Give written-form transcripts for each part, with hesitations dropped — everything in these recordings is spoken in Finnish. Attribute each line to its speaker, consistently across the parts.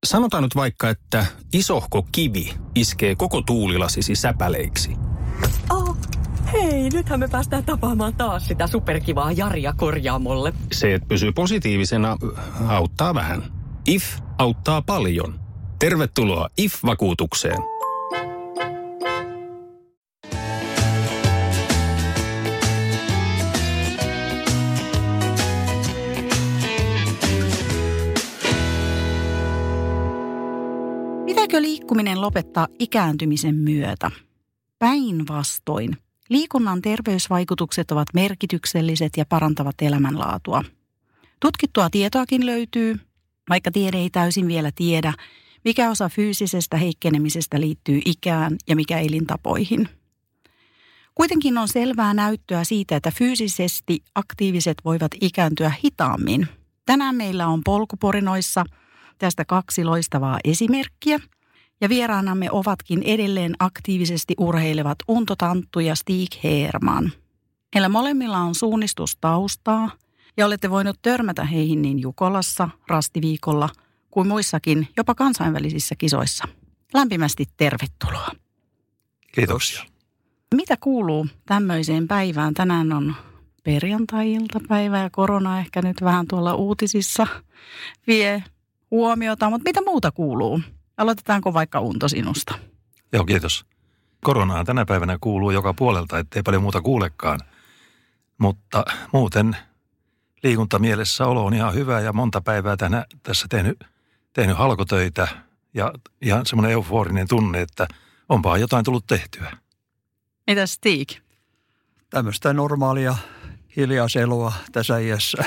Speaker 1: Sanotaan nyt vaikka, että isohko kivi iskee koko tuulilasisi säpäleiksi.
Speaker 2: Oh, hei, nythän me päästään tapaamaan taas sitä superkivaa Jaria korjaamolle.
Speaker 1: Se, että pysyy positiivisena, auttaa vähän. IF auttaa paljon. Tervetuloa IF-vakuutukseen.
Speaker 3: Pitääkö liikkuminen lopettaa ikääntymisen myötä? Päinvastoin. Liikunnan terveysvaikutukset ovat merkitykselliset ja parantavat elämänlaatua. Tutkittua tietoakin löytyy, vaikka tiede ei täysin vielä tiedä, mikä osa fyysisestä heikkenemisestä liittyy ikään ja mikä elintapoihin. Kuitenkin on selvää näyttöä siitä, että fyysisesti aktiiviset voivat ikääntyä hitaammin. Tänään meillä on Polkuporinoissa tästä 2 loistavaa esimerkkiä. Ja vieraanamme ovatkin edelleen aktiivisesti urheilevat Unto Tanttu ja Stig Herman. Heillä molemmilla on suunnistustaustaa ja olette voineet törmätä heihin niin Jukolassa, Rastiviikolla kuin muissakin, jopa kansainvälisissä kisoissa. Lämpimästi tervetuloa.
Speaker 4: Kiitoksia.
Speaker 3: Mitä kuuluu tämmöiseen päivään? Tänään on perjantai-iltapäivä ja korona ehkä nyt vähän tuolla uutisissa vie huomiota, mutta mitä muuta kuuluu? Aloitetaanko vaikka Unto sinusta?
Speaker 4: Joo, kiitos. Koronaa tänä päivänä kuuluu joka puolelta, ettei paljon muuta kuulekaan. Mutta muuten liikuntamielessä olo on ihan hyvä ja monta päivää tässä tehnyt halkotöitä ja ihan semmoinen euforinen tunne, että onpa jotain tullut tehtyä.
Speaker 3: Mitäs Stig?
Speaker 5: Tämmöistä normaalia hiljaiselua tässä iässä.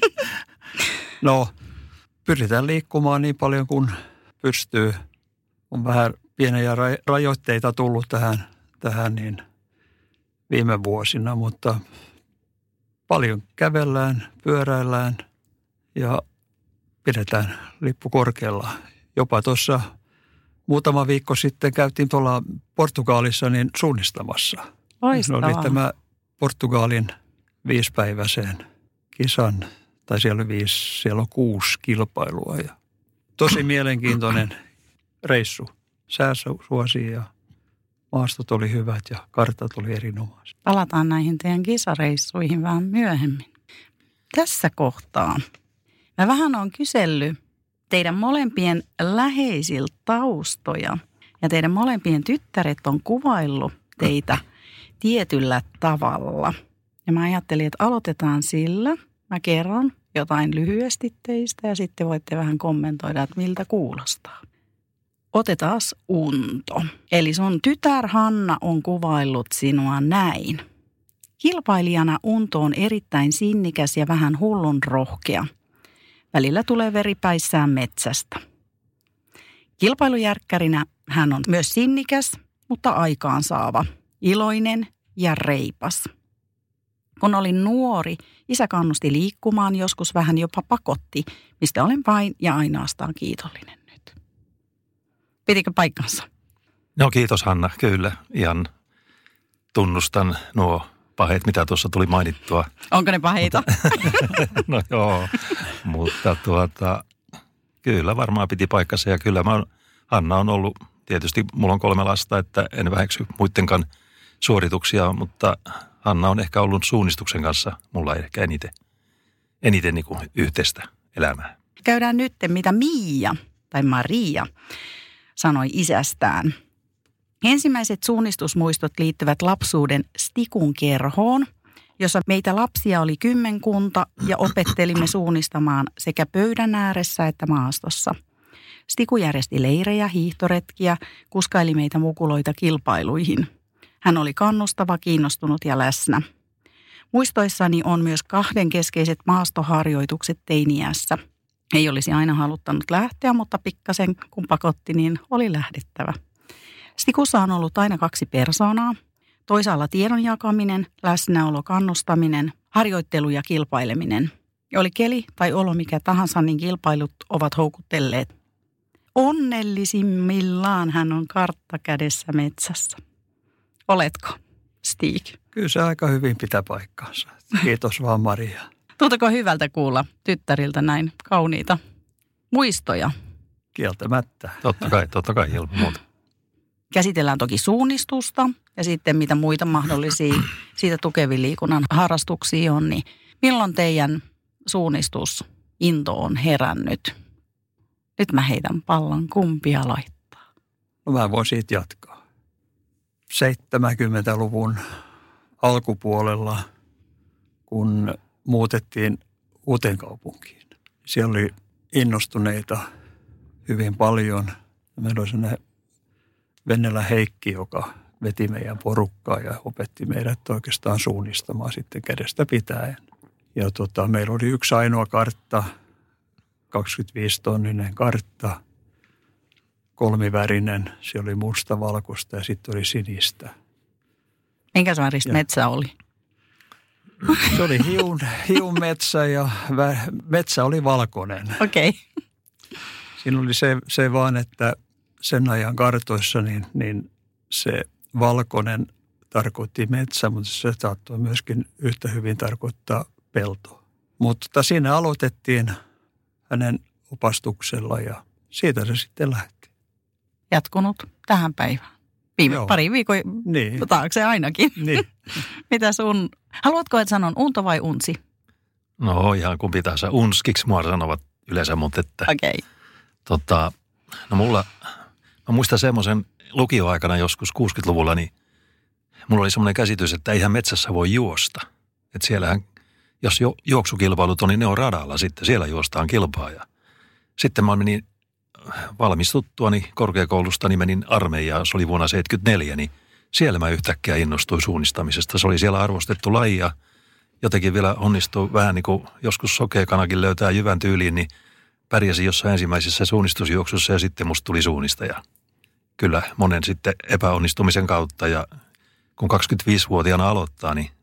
Speaker 5: No, pyritään liikkumaan niin paljon kuin pystyy. On vähän pieniä rajoitteita tullut tähän niin viime vuosina, mutta paljon kävellään, pyöräillään ja pidetään lippu korkealla. Jopa tuossa muutama viikko sitten käytiin tuolla Portugalissa niin suunnistamassa.
Speaker 3: Loistavaa.
Speaker 5: Oli tämä Portugalin 5-päiväiseen kisan, tai siellä on 6 kilpailua ja tosi mielenkiintoinen reissu. Sää suosi ja maastot oli hyvät ja kartat oli erinomaiset.
Speaker 3: Palataan näihin teidän kisareissuihin vähän myöhemmin. Tässä kohtaa mä vähän olen kysellyt teidän molempien läheisiltä taustoja ja teidän molempien tyttäret on kuvaillut teitä tietyllä tavalla. Ja mä ajattelin, että aloitetaan sillä. Mä kerron jotain lyhyesti teistä ja sitten voitte vähän kommentoida, että miltä kuulostaa. Otetaas Unto. Eli sun tytär Hanna on kuvaillut sinua näin. Kilpailijana Unto on erittäin sinnikäs ja vähän hullun rohkea. Välillä tulee veripäissään metsästä. Kilpailujärkkärinä hän on myös sinnikäs, mutta aikaansaava, iloinen ja reipas. Kun olin nuori, isä kannusti liikkumaan, joskus vähän jopa pakotti, mistä olen vain ja ainoastaan kiitollinen nyt. Pitikö paikkansa?
Speaker 4: No kiitos Hanna, kyllä. Ihan tunnustan nuo paheet, mitä tuossa tuli mainittua.
Speaker 3: Onko ne paheita?
Speaker 4: No joo, mutta kyllä varmaan piti paikkansa ja kyllä Hanna on ollut, tietysti mulla on 3 lasta, että en väheksy muidenkaan suorituksia, mutta Hanna on ehkä ollut suunnistuksen kanssa mulla ehkä eniten niin kuin yhteistä elämää.
Speaker 3: Käydään nyt, mitä Miia tai Maria sanoi isästään. Ensimmäiset suunnistusmuistot liittyvät lapsuuden Stikun kerhoon, jossa meitä lapsia oli 10 ja opettelimme suunnistamaan sekä pöydän ääressä että maastossa. Stiku järjesti leirejä, hiihtoretkiä, kuskaili meitä mukuloita kilpailuihin. Hän oli kannustava, kiinnostunut ja läsnä. Muistoissani on myös 2 keskeiset maastoharjoitukset teiniässä. Ei olisi aina haluttanut lähteä, mutta pikkasen kun pakotti, niin oli lähdettävä. Stikussa on ollut aina 2 persoonaa. Toisaalla tiedon jakaminen, läsnäolo, kannustaminen, harjoittelu ja kilpaileminen. Oli keli tai olo mikä tahansa, niin kilpailut ovat houkutelleet. Onnellisimmillaan hän on kartta kädessä metsässä. Oletko, Stig?
Speaker 5: Kyllä se aika hyvin pitää paikkaansa. Kiitos vaan Maria.
Speaker 3: Tuntuuko hyvältä kuulla tyttäriltä näin kauniita muistoja?
Speaker 5: Kieltämättä.
Speaker 4: Totta kai, ilman muuta.
Speaker 3: Käsitellään toki suunnistusta ja sitten mitä muita mahdollisia siitä tukevia liikunnan harrastuksia on, niin milloin teidän suunnistusinto on herännyt? Nyt mä heitän pallon, kumpia laittaa.
Speaker 5: No mä voin siitä jatkaa. 70-luvun alkupuolella, kun muutettiin Uuteenkaupunkiin. Siellä oli innostuneita hyvin paljon. Meillä oli sellainen Vennelä Heikki, joka veti meidän porukkaa ja opetti meidät oikeastaan suunnistamaan sitten kädestä pitäen. Ja meillä oli yksi ainoa kartta, 25-tonninen kartta, kolmivärinen. Se oli mustavalkoista ja sitten oli sinistä.
Speaker 3: Minkä väristä metsä oli?
Speaker 5: Se oli hiun metsä ja metsä oli valkoinen.
Speaker 3: Okei. Okay.
Speaker 5: Siinä oli se vaan, että sen ajan kartoissa niin se valkoinen tarkoitti metsä, mutta se saattoi myöskin yhtä hyvin tarkoittaa pelto. Mutta siinä aloitettiin hänen opastuksella ja siitä se sitten lähti.
Speaker 3: Jatkunut tähän päivään. Pari viikon taakse ainakin.
Speaker 5: Niin.
Speaker 3: Mitä sun, haluatko et sanon unto vai unsi?
Speaker 4: No ihan kumpi tahansa. Unskiksi mua sanovat yleensä, mutta että...
Speaker 3: Okei.
Speaker 4: No mä muistan semmoisen lukioaikana joskus 60-luvulla, niin mulla oli semmoinen käsitys, että eihän metsässä voi juosta. Että siellähän, jos juoksukilpailut on, niin ne on radalla sitten, siellä juostaan kilpaa. Ja sitten mä menin valmistuttuani korkeakoulusta, niin menin armeijaan, se oli vuonna 1974, niin siellä mä yhtäkkiä innostuin suunnistamisesta. Se oli siellä arvostettu laji ja jotenkin vielä onnistui vähän niin kuin joskus sokeakanakin löytää jyvän tyyliin, niin pärjäsin jossain ensimmäisessä suunnistusjuoksussa ja sitten musta tuli suunnistaja. Kyllä monen sitten epäonnistumisen kautta ja kun 25-vuotiaana aloittaa, niin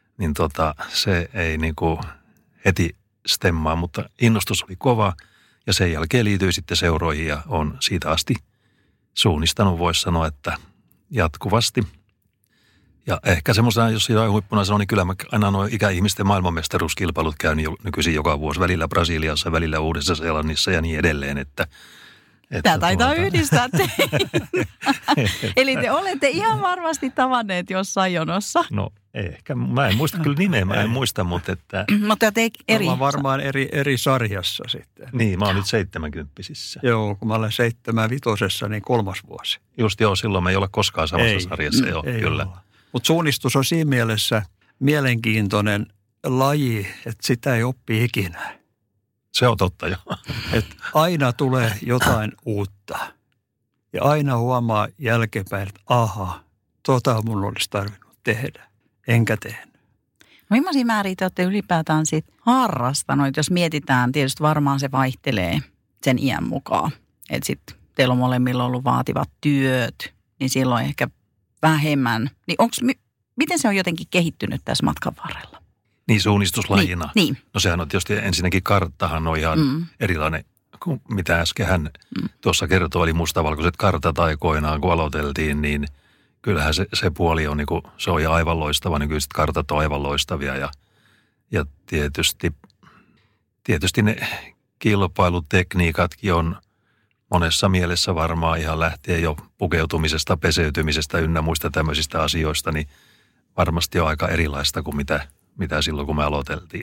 Speaker 4: se ei niin kuin heti stemmaa, mutta innostus oli kova ja sen jälkeen liityin sitten seuroihin ja on siitä asti suunnistanut, voisi sanoa, että jatkuvasti. Ja ehkä semmoisena, jos jotain huippuna sanoo, niin kyllä mä aina nuo ikäihmisten maailmanmestaruuskilpailut käyn nykyisin joka vuosi välillä Brasiliassa, välillä Uudessa-Seelannissa ja niin edelleen,
Speaker 3: Tämä taitaa yhdistää teitä. Eli te olette ihan varmasti tavanneet jossain jonossa.
Speaker 4: No ehkä. Mä en muista kyllä nimeä, mutta että...
Speaker 3: Mutta te eri...
Speaker 5: Mä varmaan eri sarjassa sitten.
Speaker 4: Niin, mä oon nyt 70-kympisissä.
Speaker 5: Joo, kun mä olen 75, niin 3. vuosi.
Speaker 4: Just joo, silloin me ei olla koskaan samassa sarjassa. Joo,
Speaker 5: ei
Speaker 4: kyllä.
Speaker 5: Mutta suunnistus on siinä mielessä mielenkiintoinen laji, että sitä ei oppi ikinä.
Speaker 4: Se on totta, joo.
Speaker 5: Että aina tulee jotain uutta. Ja aina huomaa jälkeenpäin, että mun olisi tarvinnut tehdä. Enkä tehnyt.
Speaker 3: No millaisia määriä te olette ylipäätään siitä harrastanut? Jos mietitään, tietysti varmaan se vaihtelee sen iän mukaan. Että sitten teillä on molemmilla ollut vaativat työt, niin silloin ehkä vähemmän. Niin miten se on jotenkin kehittynyt tässä matkan varrella?
Speaker 4: Niin suunnistuslajina.
Speaker 3: Niin.
Speaker 4: No sehän on tietysti ensinnäkin karttahan on ihan erilainen kuin mitä äsken hän tuossa kertoi. Eli mustavalkoiset kartat aikoinaan, kun aloiteltiin, niin kyllähän se puoli on, niin kuin, se on aivan loistava. Nykyiset kartat on aivan loistavia ja tietysti ne kilpailutekniikatkin on monessa mielessä varmaan ihan lähtien jo pukeutumisesta, peseytymisestä ynnä muista tämmöisistä asioista, niin varmasti on aika erilaista kuin mitä silloin, kun me aloiteltiin.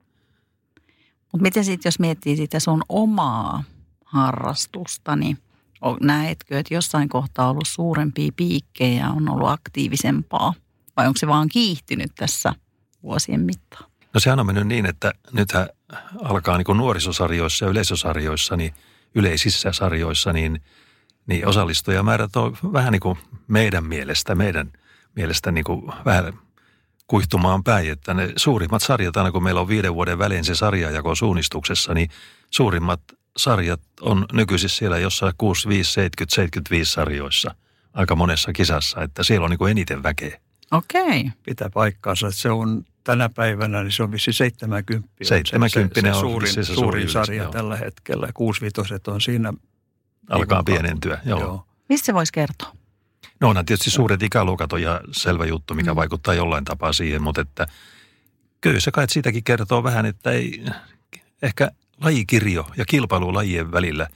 Speaker 3: Mutta miten sitten, jos miettii sitä sun omaa harrastusta, niin näetkö, että jossain kohtaa on ollut suurempia piikkejä, on ollut aktiivisempaa? Vai onko se vaan kiihtynyt tässä vuosien mittaan?
Speaker 4: No sehän on mennyt niin, että nythän alkaa niin kuin nuorisosarjoissa ja yleisösarjoissa, niin yleisissä sarjoissa, niin osallistujamäärät on vähän niin kuin meidän mielestä niin kuin vähän kuihtumaan päin, että ne suurimmat sarjat, aina kun meillä on 5 vuoden välein se sarjajako suunnistuksessa, niin suurimmat sarjat on nykyisissä siellä jossain 65, 70, 75 sarjoissa aika monessa kisassa, että siellä on niin kuin eniten väkeä.
Speaker 3: Okei.
Speaker 5: Pitää paikkaansa, että se on tänä päivänä, niin se on vissi 70.
Speaker 4: 70 on
Speaker 5: se suurin sarja tällä hetkellä. 65 on siinä.
Speaker 4: Alkaa pienentyä, joo.
Speaker 3: Mistä se voisi kertoa?
Speaker 4: No onhan tietysti suuret ikäluokat on ihan selvä juttu, mikä vaikuttaa jollain tapaa siihen, mutta että kyllä se kai siitäkin kertoo vähän, että ei ehkä lajikirjo ja kilpailulajien välillä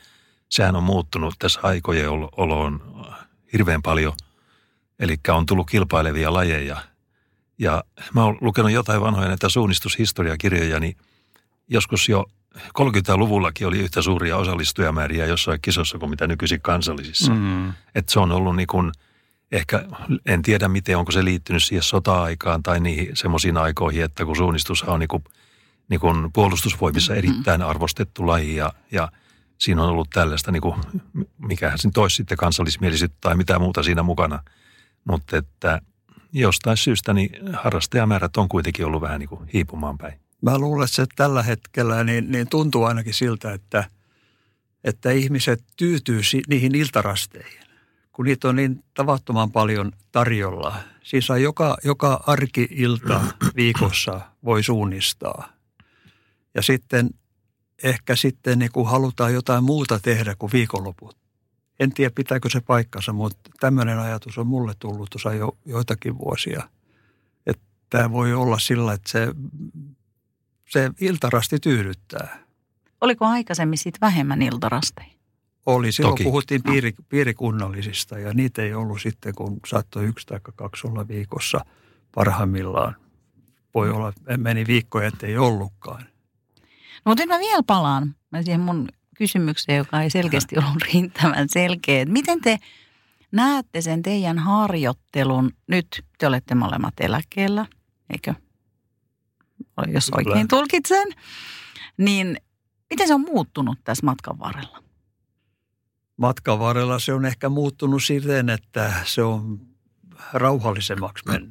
Speaker 4: sehän on muuttunut tässä aikojen oloon hirveän paljon. Eli on tullut kilpailevia lajeja. Ja mä oon lukenut jotain vanhoja näitä suunnistushistoriakirjoja, niin joskus jo 30-luvullakin oli yhtä suuria osallistujamääriä jossain kisossa kuin mitä nykyisin kansallisissa. Että se on ollut niin kuin, ehkä en tiedä miten, onko se liittynyt siihen sota-aikaan tai niihin semmoisiin aikoihin, että kun suunnistus on niin kuin puolustusvoimissa erittäin arvostettu laji ja siinä on ollut tällaista, niin kuin, mikähän siinä toisi sitten kansallismielisyyttä tai mitä muuta siinä mukana. Mutta että jostain syystä niin harrastajamäärät on kuitenkin ollut vähän niin kuin hiipumaan päin.
Speaker 5: Mä luulen, että se tällä hetkellä niin tuntuu ainakin siltä, että ihmiset tyytyy niihin iltarasteihin, kun niitä on niin tavattoman paljon tarjolla. Siis joka arki-ilta viikossa voi suunnistaa. Ja sitten ehkä sitten niin kuin halutaan jotain muuta tehdä kuin viikonloput. En tiedä, pitääkö se paikkansa, mutta tämmöinen ajatus on mulle tullut tuossa jo joitakin vuosia. Että tämä voi olla sillä, että se iltarasti tyydyttää.
Speaker 3: Oliko aikaisemmin sitten vähemmän iltarasteja?
Speaker 5: Oli. Silloin
Speaker 4: Toki.
Speaker 5: puhuttiin piirikunnallisista ja niitä ei ollut sitten, kun saattoi 1 tai 2 olla viikossa parhaimmillaan. Voi olla, meni viikkoja, ettei ollutkaan.
Speaker 3: No, mutta mä vielä palaan siihen mun kysymykseen, joka ei selkeästi ollut riittävän selkeä. Miten te näette sen teidän harjoittelun? Nyt te olette molemmat eläkkeellä, eikö? Jos oikein tulkitsen. Niin miten se on muuttunut tässä matkan varrella?
Speaker 5: Matkan varrella se on ehkä muuttunut siten, että se on rauhallisemmaksi mennyt.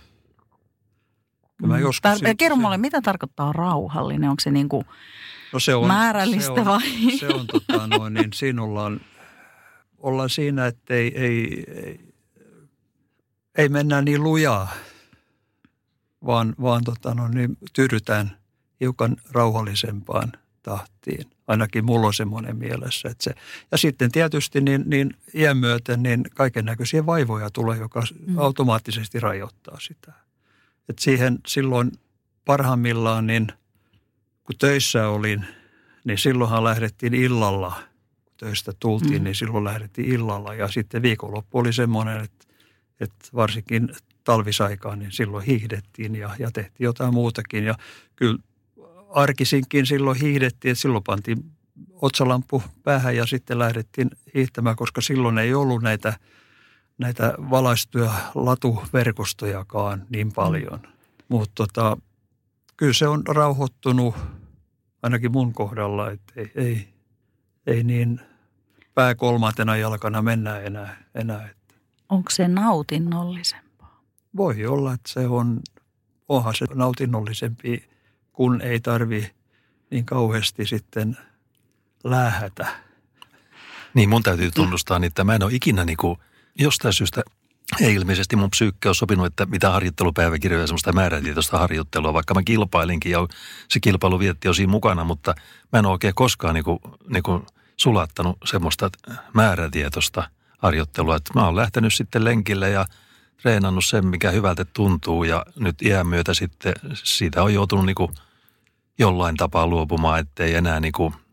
Speaker 3: Kerro mulle, mitä tarkoittaa rauhallinen? Onko se niin kuin määrällistä vai?
Speaker 5: Se on niin siinä ollaan siinä, että ei mennä niin lujaa, vaan niin tyydytään hiukan rauhallisempaan tahtiin. Ainakin mulla on semmoinen mielessä. Että se, ja sitten tietysti niin iän myöten niin kaiken näköisiä vaivoja tulee, joka automaattisesti rajoittaa sitä. Että siihen silloin parhaimmillaan, niin kun töissä olin, niin silloinhan lähdettiin illalla. Kun töistä tultiin, niin silloin lähdettiin illalla. Ja sitten viikonloppu oli semmoinen, että varsinkin talvisaikaan, niin silloin hiihdettiin ja tehtiin jotain muutakin. Ja kyllä arkisinkin silloin hiihdettiin, että silloin pantiin otsalamppu päähän ja sitten lähdettiin hiihtämään, koska silloin ei ollut näitä valaistuja latuverkostojakaan niin paljon. Mutta kyllä se on rauhoittunut ainakin mun kohdalla, että ei niin pää kolmantena jalkana mennä enää.
Speaker 3: Onko se nautinnollisempaa?
Speaker 5: Voi olla, että onhan se nautinnollisempi, kun ei tarvi niin kauheasti sitten läähätä.
Speaker 4: Niin mun täytyy tunnustaa, että mä en ole ikinä jostain syystä ei ilmeisesti mun psyykkä ole sopinut, että mitä harjoittelupäiväkirjoja, semmoista määrätietoista harjoittelua, vaikka mä kilpailinkin ja se kilpailuvietti on siinä mukana, mutta mä en ole oikein koskaan sulattanut semmoista määrätietoista harjoittelua, että mä oon lähtenyt sitten lenkille ja treenannut sen, mikä hyvältä tuntuu ja nyt iän myötä sitten siitä on joutunut jollain tapaa luopumaan, ettei enää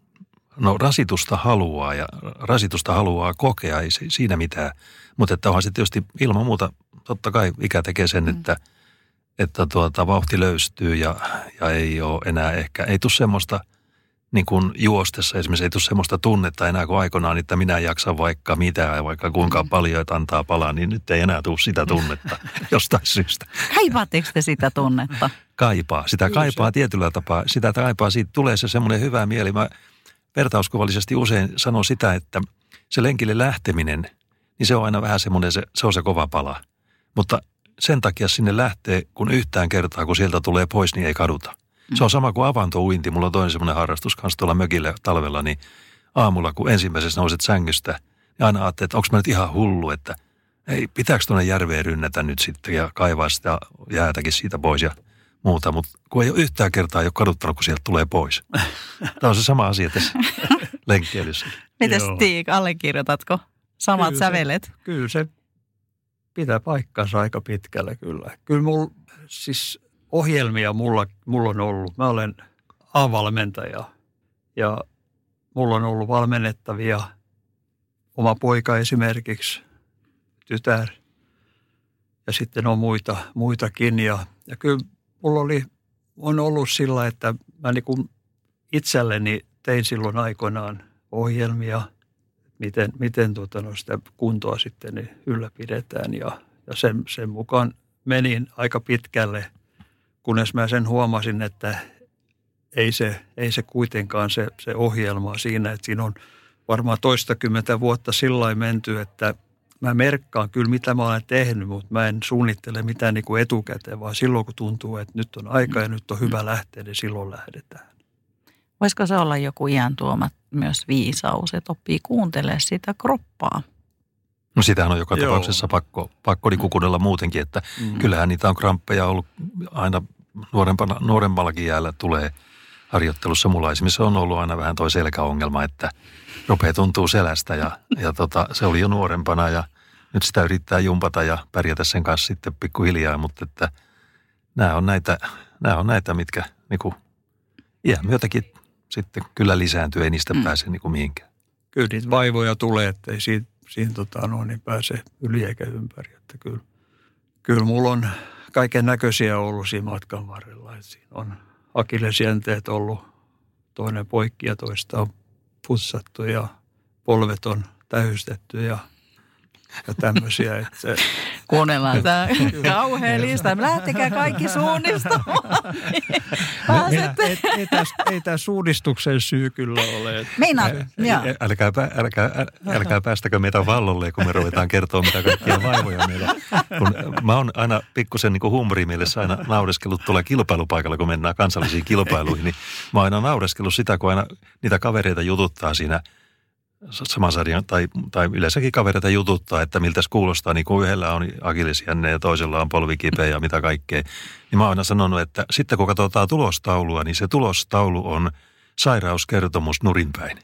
Speaker 4: rasitusta haluaa kokea, ei siinä mitään. Mutta että onhan se tietysti ilman muuta, totta kai ikä tekee sen, että vauhti löystyy ja ei ole enää ehkä, ei tule semmoista niin kuin juostessa esimerkiksi, ei tule semmoista tunnetta enää kuin aikoinaan, että minä jaksan vaikka mitä, vaikka kuinka paljon, että antaa palaa, niin nyt ei enää tule sitä tunnetta jostain syystä.
Speaker 3: Kaipaatteko te sitä tunnetta?
Speaker 4: Sitä kaipaa tietyllä tapaa, siitä tulee se semmoinen hyvä mieli. Mä vertauskuvallisesti usein sanon sitä, että se lenkille lähteminen, niin se on aina vähän semmoinen, se on se kova pala. Mutta sen takia sinne lähtee, kun yhtään kertaa, kun sieltä tulee pois, niin ei kaduta. Se on sama kuin avantouinti. Mulla on toinen semmoinen harrastus kanssa tuolla mökillä talvella, niin aamulla, kun ensimmäisessä nouset sängystä, niin aina ajattelet, että onko mä nyt ihan hullu, että ei, pitääkö tuonne järveen rynnätä nyt sitten ja kaivaa sitä jäätäkin siitä pois ja muuta. Mutta kun ei ole yhtään kertaa ei ole kaduttanut, kun sieltä tulee pois. Tämä on se sama asia tässä lenkkeilyssä.
Speaker 3: Mites Stig, allekirjoitatko samat sävelet?
Speaker 5: Kyllä se pitää paikkansa aika pitkälle kyllä. Kyllä siis ohjelmia mulla on ollut. Mä olen A-valmentaja ja mulla on ollut valmennettavia, oma poika esimerkiksi, tytär ja sitten on muitakin. Ja kyllä mulla on ollut sillä, että mä niin kuin itselleni tein silloin aikoinaan ohjelmia, miten sitä kuntoa sitten niin ylläpidetään ja sen mukaan menin aika pitkälle, kunnes mä sen huomasin, että ei se kuitenkaan se ohjelma siinä, että siinä on varmaan 20 vuotta sillä menty, että mä merkkaan kyllä mitä mä olen tehnyt, mutta mä en suunnittele mitään niin kuin etukäteen, vaan silloin kun tuntuu, että nyt on aika ja nyt on hyvä lähteä, niin silloin lähdetään.
Speaker 3: Voisiko se olla joku iän tuoma myös viisaus, että oppii kuuntelemaan sitä kroppaa?
Speaker 4: No sitähän on joka tapauksessa pakko kuunnella muutenkin, että kyllähän niitä on kramppeja ollut aina nuoremmallakin jäällä tulee harjoittelussa. Mulla esimerkiksi on ollut aina vähän toi selkäongelma, että rupeaa tuntuu selästä ja se oli jo nuorempana ja nyt sitä yrittää jumpata ja pärjätä sen kanssa sitten pikkuhiljaa, mutta että nämä on näitä, mitkä niinku iän myötäkin sitten kyllä lisääntyy, ei niistä pääse niinku mihinkään.
Speaker 5: Kyllä niitä vaivoja tulee, että ei siinä niin pääse yli eikä ympäri, että kyllä mulla on kaiken näköisiä ollut siinä matkan varrella, että siinä on akillesjänteet ollut toinen poikki ja toista on putsattu ja polvet on tähystetty ja tämmöisiä. Että
Speaker 3: kuunnellaan tämä kauhea lista. Lähtekää kaikki suunnistamaan.
Speaker 5: Ei tämä suunnistuksen syy kyllä ole.
Speaker 3: Meinaa,
Speaker 4: älkää päästäkö meitä vallolle, kun me ruvetaan kertoa, mitä kaikkia vaivoja meillä on. Kun mä oon aina pikkusen niin kuin huumorimielessä aina naureskellut tuolla kilpailupaikalla, kun mennään kansallisiin kilpailuihin, niin mä oon aina naureskellut sitä, kun aina niitä kavereita jututtaa siinä saman sarjan, tai yleensäkin kavereita jututtaa, että miltä se kuulostaa, niin kuin yhdellä on akillesjänne ja toisella on polvikipeä ja mitä kaikkea. Niin mä oon aina sanonut, että sitten kun katsotaan tulostaulua, niin se tulostaulu on sairauskertomus nurinpäin.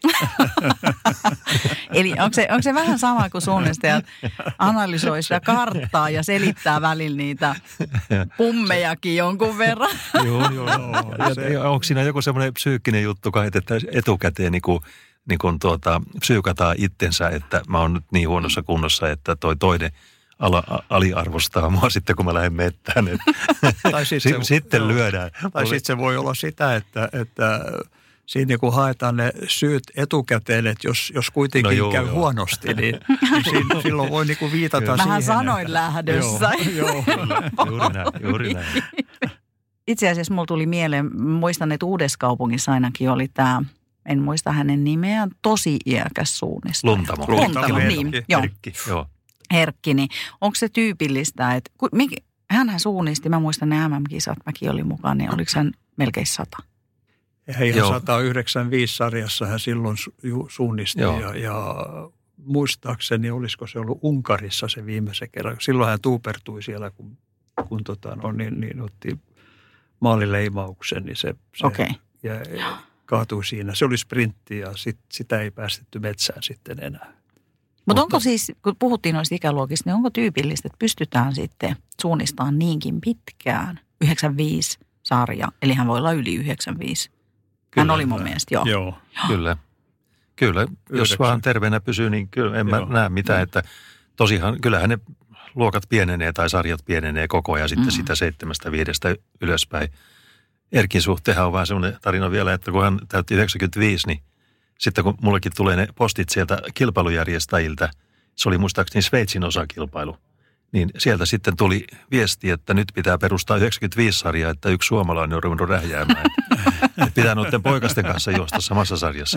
Speaker 3: Eli onko se vähän sama kuin suunnistajat analysoi sitä karttaa ja selittää välillä niitä pummejakin jonkun verran?
Speaker 4: Joo. Onko siinä joku semmoinen psyykkinen juttu, että etukäteen niin kuin psyykataan itsensä, että mä oon nyt niin huonossa kunnossa, että toi toinen aliarvostaa mua sitten, kun mä lähden mettään. Sitten lyödään.
Speaker 5: Tai sitten se voi olla sitä, että siinä niin kun haetaan ne syyt etukäteen, että jos kuitenkin käy huonosti, niin silloin voi niin kuin viitata siihen.
Speaker 3: Mähän sanoin lähdössä.
Speaker 5: Joo.
Speaker 4: Juuri näin.
Speaker 3: Itse asiassa mulla tuli mieleen, muistan, että Uudessakaupungissa ainakin oli tämä, en muista hänen nimeään, tosi iäkäs suunnistaja.
Speaker 4: Luntamo,
Speaker 3: niin. Joo. Herkki, niin onko se tyypillistä, että hänhän suunnisti, mä muistan ne MM-kisat, mäkin olin mukana, niin oliko hän melkein 100?
Speaker 5: Ihan 195 sarjassa hän silloin suunnisti ja muistaakseni olisiko se ollut Unkarissa se viimeisen kerran. Silloin hän tuupertui siellä, kun otti maalileimauksen, niin se kaatui siinä. Se oli sprintti ja sitä ei päästetty metsään sitten enää.
Speaker 3: Mutta onko siis, kun puhuttiin noista ikäluokista, niin onko tyypillistä, että pystytään sitten suunnistamaan niinkin pitkään? 95 sarja, eli hän voi olla yli 95. Hän oli mun mielestä,
Speaker 5: joo.
Speaker 4: Kyllä, jos vaan terveenä pysyy, niin kyllä en mä näe mitään, että tosiaan kyllähän ne luokat pienenee tai sarjat pienenee koko ajan sitten sitä 7-5 ylöspäin. Erkin suhteenhan on vähän semmoinen tarina vielä, että kun hän täytti 95, niin sitten kun mullekin tulee ne postit sieltä kilpailujärjestäjiltä, se oli muistaakseni Sveitsin osakilpailu, niin sieltä sitten tuli viesti, että nyt pitää perustaa 95-sarjaa, että yksi suomalainen on ruvennut räjäämään. Että pitää noiden poikasten kanssa juosta samassa sarjassa.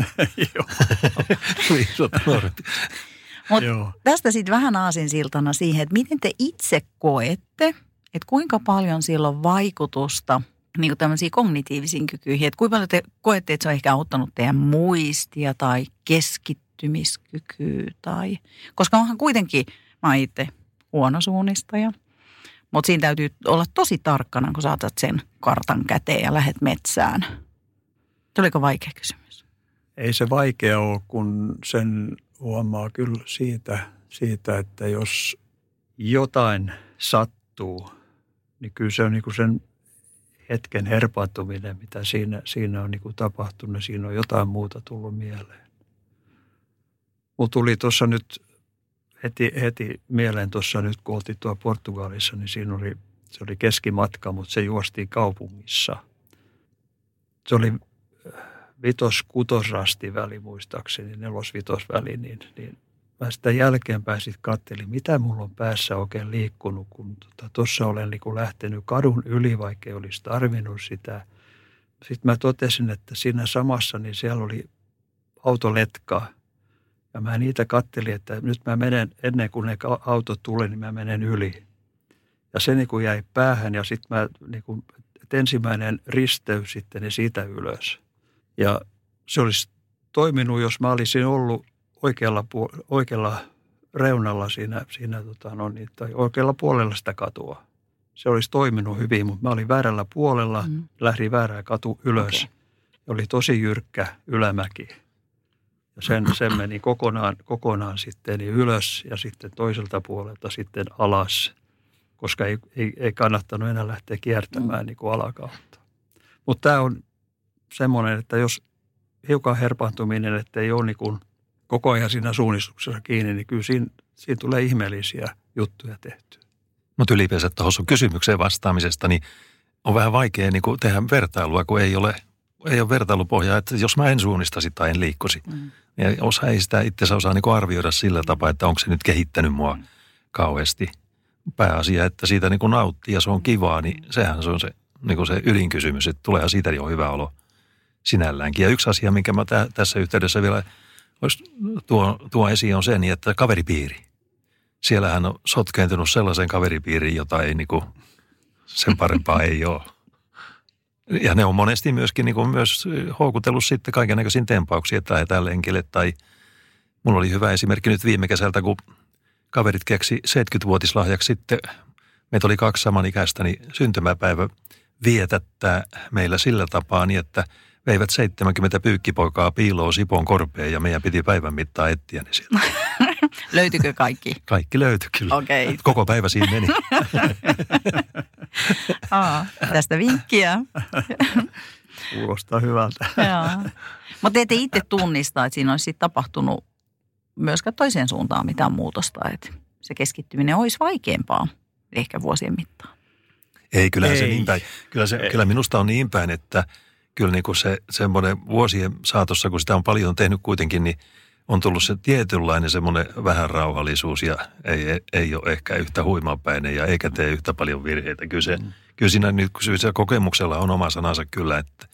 Speaker 3: Mutta tästä sitten vähän aasinsiltana siihen, että miten te itse koette, että kuinka paljon sillä on vaikutusta niin kuin tämmöisiin kognitiivisiin kykyihin, että kuinka paljon te koette, että se on ehkä auttanut teidän muistia tai keskittymiskykyä tai, koska onhan kuitenkin, mä oon itse huono suunnistaja, mutta siinä täytyy olla tosi tarkkana, kun saatat sen kartan käteen ja lähdet metsään. Tuliko vaikea kysymys?
Speaker 5: Ei se vaikea ole, kun sen huomaa kyllä siitä, että jos jotain sattuu, niin kyllä se on niin kuin sen hetken herpaantuminen, mitä siinä on niin kuin tapahtunut. Siinä on jotain muuta tullut mieleen. Mulla tuli tuossa nyt heti mieleen tuossa nyt, kun oltiin tuolla Portugalissa, niin se oli keskimatka, mutta se juostiin kaupungissa. Se oli 5-6 rastiväli muistaakseni, 4-5 väli, niin mä sitä jälkeenpäin sitten katselin, mitä mulla on päässä oikein liikkunut, kun tuossa olen niin lähtenyt kadun yli, vaikka ei olisi tarvinnut sitä. Sitten mä totesin, että siinä samassa, niin siellä oli autoletka. Ja mä niitä katselin, että nyt mä menen, ennen kuin ne autot tulee, niin mä menen yli. Ja se niin kuin jäi päähän ja sitten mä, niin kuin, että ensimmäinen risteys sitten niin siitä ylös. Ja se olisi toiminut, jos mä olisin ollut oikealla reunalla tai oikealla puolella sitä katua. Se olisi toiminut hyvin, mutta mä olin väärällä puolella, lähdin väärää katu ylös. Okay. Oli tosi jyrkkä ylämäki. Ja sen meni kokonaan sitten niin ylös ja sitten toiselta puolelta sitten alas, koska ei kannattanut enää lähteä kiertämään niin kuin alakautta. Mutta tämä on semmoinen, että jos hiukan herpaantuminen, että ei ole niin kuin koko ajan siinä suunnistuksessa kiinni, niin kyllä siinä tulee ihmeellisiä juttuja tehtyä.
Speaker 4: Mutta ylipäänsä tuohon sun kysymykseen vastaamisesta, niin on vähän vaikea niin kuin tehdä vertailua, kun ei ole vertailupohjaa, että jos mä en suunnistaisi tai en liikkuisi. Ja osa ei sitä itsensä osaa niin kuin arvioida sillä tapaa, että onko se nyt kehittänyt mua kauheasti. Pääasia, että siitä niin kuin nauttii ja se on kivaa, niin sehän se on se, niin kuin se ydinkysymys, että tuleehan siitä jo hyvä olo sinälläänkin. Ja yksi asia, minkä mä tässä yhteydessä vielä tuo esiin on se, niin että kaveripiiri. Siellähän on sotkeentunut sellaisen kaveripiiriin, jota ei niin kuin, sen parempaa ei ole. Ja ne on monesti myöskin niin kuin myös houkutellut sitten kaikennäköisiin tempauksiin, että lähdetään lenkille. Tai mulla oli hyvä esimerkki nyt viime kesältä, kun kaverit keksi 70-vuotislahjaksi sitten, meitä oli 2 samanikäistä, niin syntymäpäivä vietättää meillä sillä tapaa niin, että veivät 70 pyykkipoikaa piiloon Sipon korpeen ja meidän piti päivän mittaan etsiä ne sieltä.
Speaker 3: Löytyykö kaikki?
Speaker 4: Kaikki löytyi kyllä.
Speaker 3: Okay.
Speaker 4: Koko päivä siinä meni.
Speaker 3: Tästä vinkkiä.
Speaker 5: Kuulostaa hyvältä.
Speaker 3: Mutta ette itse tunnista, että siinä olisi tapahtunut myöskään toiseen suuntaan mitään muutosta, että se keskittyminen olisi vaikeampaa ehkä vuosien mittaan.
Speaker 4: Ei, kyllähän se niin päin. Kyllä minusta on niin päin, että kyllä niin kuin se semmoinen vuosien saatossa, kun sitä on paljon tehnyt kuitenkin, niin on tullut se tietynlainen semmoinen vähän rauhallisuus ja ei ole ehkä yhtä huimapäinen ja eikä tee yhtä paljon virheitä. Kyllä siinä nyt, kun se kokemuksella on oma sanansa kyllä, että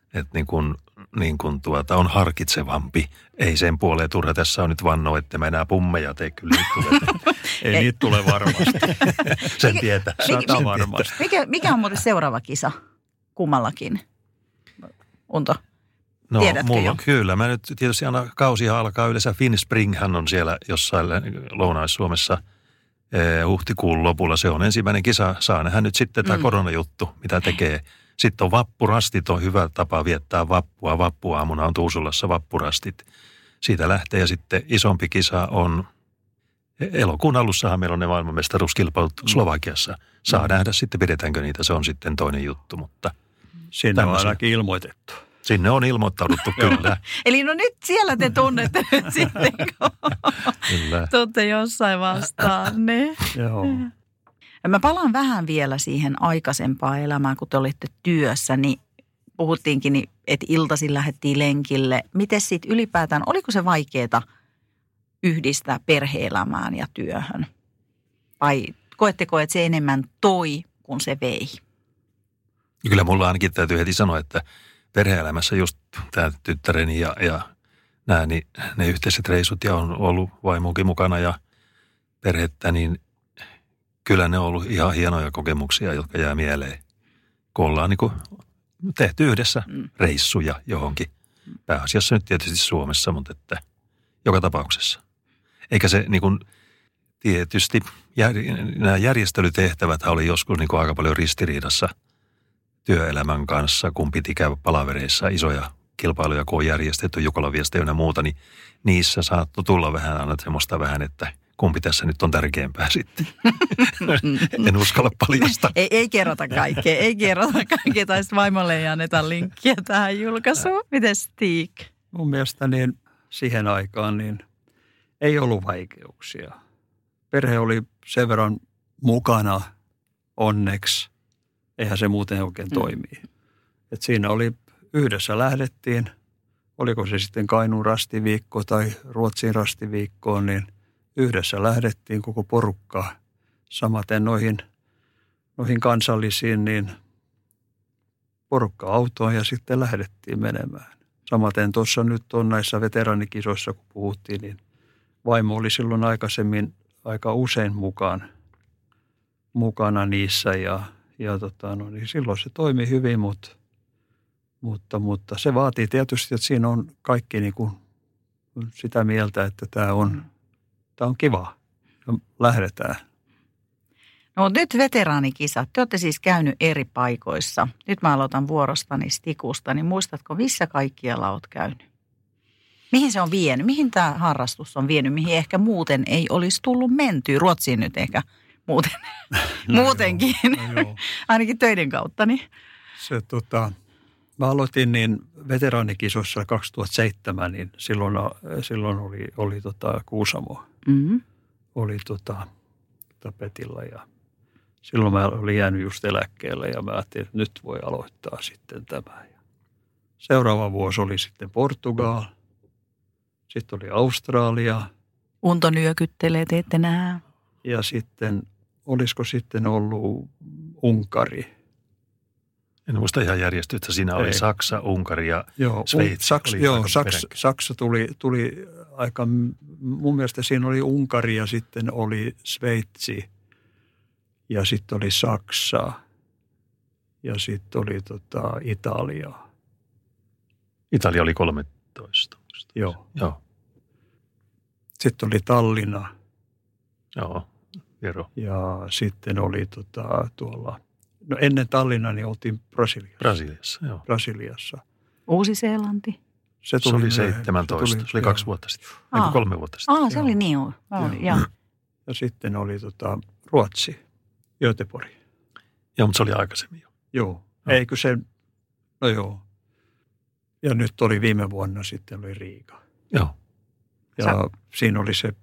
Speaker 4: niin kuin on harkitsevampi. Ei sen puoleen turha tässä on nyt vannoa, että mä enää pummeja tee, kyllä nyt tulee.
Speaker 5: Ei niitä tule varmasti.
Speaker 4: Sen tietää.
Speaker 5: 100 varmasti.
Speaker 3: Mikä on muuten seuraava kisa kummallakin? Unto?
Speaker 4: No
Speaker 3: tiedätkö
Speaker 4: mulla
Speaker 3: jo?
Speaker 4: Kyllä. Mä nyt tietysti aina kausihan alkaa yleensä Finspringhän on siellä jossain Lounais-Suomessa huhtikuun lopulla. Se on ensimmäinen kisa. Saa nähdä nyt sitten tämä koronajuttu, mitä tekee. Sitten on vappurastit, on hyvä tapa viettää vappua. Vappuaamuna on Tuusulassa vappurastit. Siitä lähtee ja sitten isompi kisa on elokuun alussahan meillä on ne maailmanmestaruuskilpailut Slovakiassa. Saa nähdä sitten, pidetäänkö niitä, se on sitten toinen juttu, mutta
Speaker 5: sinne on ainakin ilmoitettu.
Speaker 4: Sinne on ilmoittauduttu, kyllä.
Speaker 3: Eli no nyt siellä te tunnette nyt sitten, kun tuutte jossain vastaan. Niin.
Speaker 5: Joo.
Speaker 3: Mä palaan vähän vielä siihen aikaisempaan elämään, kun te olitte työssä, niin puhuttiinkin, että iltaisin lähdettiin lenkille. Miten sitten ylipäätään, oliko se vaikeaa yhdistää perhe-elämään ja työhön? Vai koetteko, että se enemmän toi, kun se vei?
Speaker 4: Kyllä mulla ainakin täytyy heti sanoa, että perhe-elämässä just tämä tyttäreni ja nämä, niin ne yhteiset reissut ja on ollut vaimokin mukana ja perhettä, niin kyllä ne on ollut ihan hienoja kokemuksia, jotka jää mieleen. Kun ollaan niin kuin tehty yhdessä reissuja johonkin. Pääasiassa nyt tietysti Suomessa, mutta että joka tapauksessa. Eikä se niin kuin tietysti, nämä järjestelytehtävät oli joskus niin kuin aika paljon ristiriidassa työelämän kanssa, kun piti käydä palavereissa isoja kilpailuja, kun on järjestetty Jukola-Viesti ja muuta, niin niissä saattoi tulla vähän aina semmoista vähän, että kumpi tässä nyt on tärkeämpää sitten. En uskalla paljastaa.
Speaker 3: Ei kerrota kaikkea, tai sitten vaimolle ei anneta linkkiä tähän julkaisuun. Miten Stig?
Speaker 5: Mun mielestä niin siihen aikaan niin ei ollut vaikeuksia. Perhe oli sen verran mukana onneksi. Eihän se muuten oikein toimii. Et siinä oli, yhdessä lähdettiin, oliko se sitten Kainuun rastiviikko tai Ruotsin rastiviikkoon, niin yhdessä lähdettiin koko porukkaa. Samaten noihin kansallisiin, niin porukka-autoon ja sitten lähdettiin menemään. Samaten tuossa nyt on näissä veteraanikisoissa, kun puhuttiin, niin vaimo oli silloin aikaisemmin aika usein mukana niissä niin silloin se toimi hyvin, mutta se vaatii tietysti, että siinä on kaikki niin kuin sitä mieltä, että tämä on kiva ja lähdetään.
Speaker 3: No nyt veteraanikisat, te olette siis käynyt eri paikoissa. Nyt mä aloitan vuorostani Stikusta, niin muistatko, missä kaikkialla olet käynyt? Mihin se on vienyt? Mihin tämä harrastus on vienyt? Mihin ehkä muuten ei olisi tullut mentyä? Ruotsiin nyt ehkä muutenkin,
Speaker 5: joo.
Speaker 3: ainakin töiden kautta. Niin.
Speaker 5: Mä aloitin niin veteraanikisossa 2007, niin silloin oli Kuusamo.
Speaker 3: Mm-hmm.
Speaker 5: Oli tapetilla ja silloin mä olin jäänyt just eläkkeelle ja mä ajattelin, että nyt voi aloittaa sitten tämä. Seuraava vuosi oli sitten Portugal, sitten oli Australia.
Speaker 3: Unto nyökyttelee, te ette näe.
Speaker 5: Ja sitten, olisiko sitten ollut Unkari.
Speaker 4: En muista ihan järjestystä. Siinä oli Saksa, Unkari ja Sveitsi.
Speaker 5: Saksa tuli aika, mun mielestä siinä oli Unkari ja sitten oli Sveitsi ja sitten oli Saksa ja sitten oli Italia.
Speaker 4: Italia oli 13.
Speaker 5: Joo.
Speaker 4: Joo.
Speaker 5: Sitten oli Tallinna.
Speaker 4: Joo, Viro.
Speaker 5: Ja sitten oli tuolla, no ennen Tallinnaa niin oltiin Brasiliassa.
Speaker 4: Joo.
Speaker 5: Brasiliassa.
Speaker 3: Uusi-Seelanti.
Speaker 5: Se
Speaker 4: oli 17, se oli 2 vuotta sitten, 3 vuotta sitten.
Speaker 3: Se oli niin, joo.
Speaker 5: Ja sitten oli Ruotsi, Göteborg.
Speaker 4: Joo, mutta se oli aikaisemmin jo.
Speaker 5: Joo, eikö se, no joo. Ja nyt oli viime vuonna sitten oli Riga.
Speaker 4: Joo.
Speaker 5: Ja siinä oli se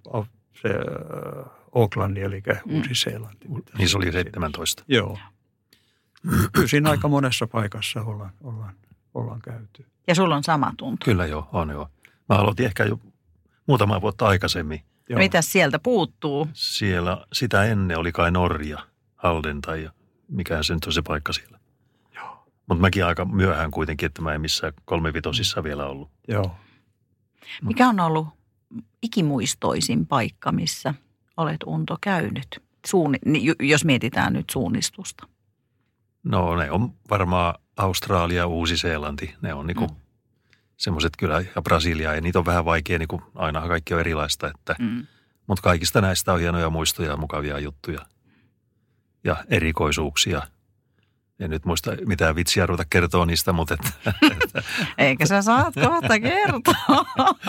Speaker 5: Aucklandi, eli Uusi-Seelanti.
Speaker 4: Niin se oli 17.
Speaker 5: Joo. Kyllä siinä aika monessa paikassa ollaan käyty.
Speaker 3: Ja sulla on sama tuntu.
Speaker 4: Kyllä joo, on joo. Mä aloitin ehkä jo muutama vuotta aikaisemmin.
Speaker 3: Mitäs sieltä puuttuu?
Speaker 4: Siellä sitä ennen oli kai Norja, Halden tai mikä se nyt on se paikka siellä.
Speaker 5: Joo.
Speaker 4: Mutta mäkin aika myöhään kuitenkin, että mä en missään 3-5 vielä ollut.
Speaker 5: Joo.
Speaker 3: Mikä on ollut ikimuistoisin paikka, missä olet Unto käynyt? Jos mietitään nyt suunnistusta.
Speaker 4: No ne on varmaan Australia, Uusi-Seelanti. Ne on niinku semmoiset kyllä, ja Brasilia, ja niitä on vähän vaikea, niinku ainahan kaikki on erilaista. Mutta kaikista näistä on hienoja muistoja ja mukavia juttuja ja erikoisuuksia. En nyt muista mitään vitsiä ruveta kertoa niistä, mutta
Speaker 3: Eikä sä saat kohta kertoa.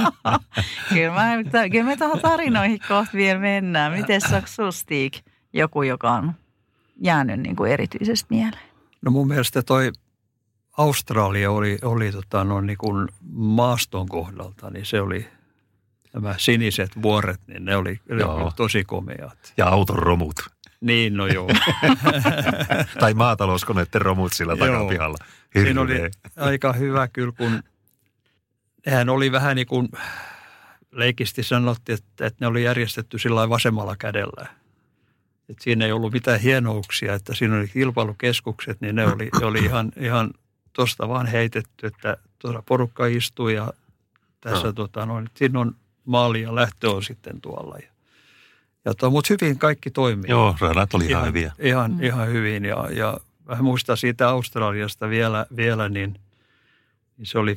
Speaker 3: Kyllä me tuohon tarinoihin kohta vielä mennään. Miten onko Stig joku, joka on jäänyt niin kuin erityisesti mieleen?
Speaker 5: No mun mielestä toi Australia oli niin kuin maaston kohdalta, niin se oli nämä siniset vuoret, niin ne oli tosi komeat.
Speaker 4: Ja auton romut.
Speaker 5: Niin, no joo.
Speaker 4: Tai maatalouskoneiden romut sillä takapihalla.
Speaker 5: Siinä oli aika hyvä kyllä, kun nehän oli vähän niin kuin leikisti sanottiin, että ne oli järjestetty sillä vasemmalla kädellä. Että siinä ei ollut mitään hienouksia, että siinä oli kilpailukeskukset, niin ne oli ihan tuosta vaan heitetty, että tuossa porukka istui ja tässä siinä on maali ja lähtö on sitten tuolla. Mutta hyvin kaikki toimii.
Speaker 4: Joo, radat oli ihan hyviä.
Speaker 5: Ihan hyvin ja vähän muistan siitä Australiasta vielä niin se oli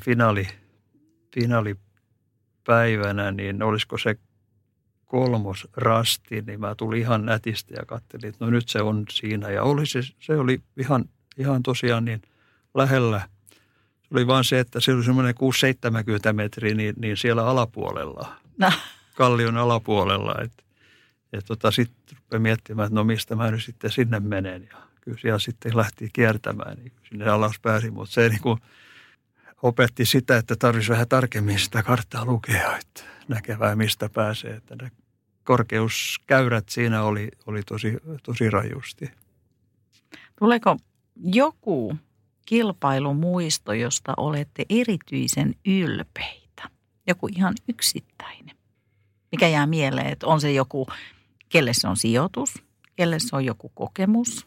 Speaker 5: finaalipäivänä, niin olisiko se 3. rasti, niin mä tulin ihan nätistä ja katselin, että no nyt se on siinä. Ja se oli ihan tosiaan niin lähellä. Se oli vaan se, että se oli semmoinen 6-70 metriä niin siellä alapuolella, kallion alapuolella. Sitten rupesin miettimään, että no mistä mä nyt sitten sinne menen. Ja kyllä siellä sitten lähti kiertämään, niin sinne alas pääsi. Mutta se niin kuin opetti sitä, että tarvitsisi vähän tarkemmin sitä karttaa lukea, että näkevää mistä pääsee. Että ne korkeuskäyrät siinä oli tosi rajusti.
Speaker 3: Tuleeko joku kilpailumuisto, josta olette erityisen ylpeitä? Joku ihan yksittäinen. Mikä jää mieleen, että on se joku, kelle se on sijoitus, kelle se on joku kokemus?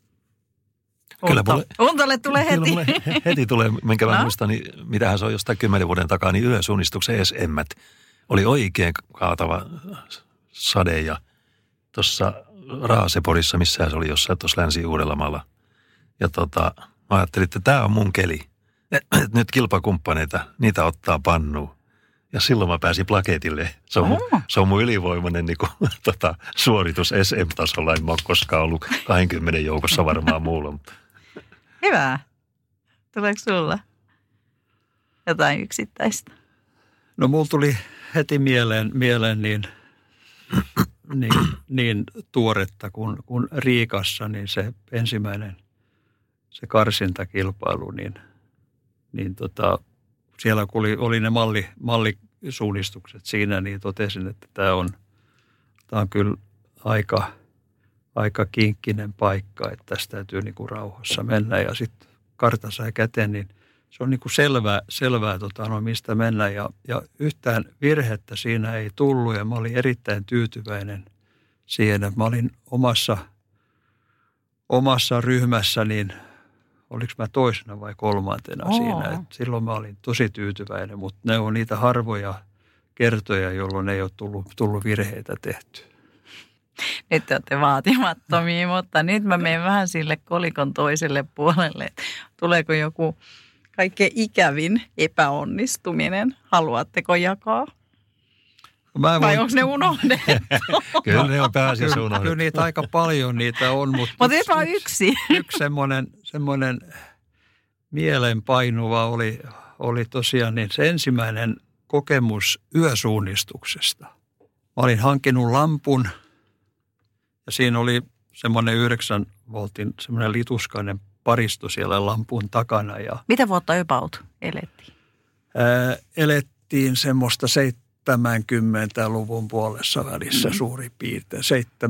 Speaker 3: Untalle tulee heti.
Speaker 4: Kyllä heti tulee, minkä mä muistan, niin mitähän se on jostain 10 vuoden takaa, niin yösuunnistuksen SM oli oikein kaatava sade ja tuossa Raaseporissa, missä se oli jossain tuossa Länsi-Uudellamaalla. Ja mä ajattelin, että tämä on mun keli. Nyt kilpakumppaneita, niitä ottaa pannuun. Ja silloin mä pääsin plaketille. Se on mun ylivoimainen niin kuin, suoritus SM-tasolla. En mä ole koskaan ollut 20 joukossa varmaan muulla. Mutta.
Speaker 3: Hyvä. Tuleeko sulla jotain yksittäistä?
Speaker 5: No mulla tuli heti mieleen niin tuoretta kuin Riikassa, niin se ensimmäinen se karsintakilpailu, niin siellä kun oli ne mallisuunnistukset siinä, niin totesin, että tämä on kyllä aika kinkkinen paikka, että tästä täytyy niinku rauhassa mennä. Ja sitten kartta sai käteen, niin se on niinku selvää mistä mennä. Ja yhtään virhettä siinä ei tullut ja mä olin erittäin tyytyväinen siihen, että mä olin omassa ryhmässä, niin oliko mä toisena vai kolmantena siinä. Et silloin mä olin tosi tyytyväinen, mutta ne on niitä harvoja kertoja, jolloin ei ole tullut virheitä tehty.
Speaker 3: Nyt te olette vaatimattomia, mutta nyt mä menen vähän sille kolikon toiselle puolelle. Tuleeko joku kaikkein ikävin epäonnistuminen? Haluatteko jakaa? Vai onko ne unohdettu?
Speaker 4: Kyllä ne on pääasiassa unohdettu.
Speaker 5: Kyllä niitä aika paljon niitä on. Mutta
Speaker 3: vaan yksi.
Speaker 5: Yksi semmoinen mielenpainuva oli tosiaan niin se ensimmäinen kokemus yösuunnistuksesta. Mä olin hankkinut lampun ja siinä oli semmoinen 9 voltin semmoinen lituskainen paristo siellä lampun takana. Ja
Speaker 3: mitä vuotta about elettiin?
Speaker 5: Elettiin semmoista 70-luvun puolessa välissä suurin piirtein.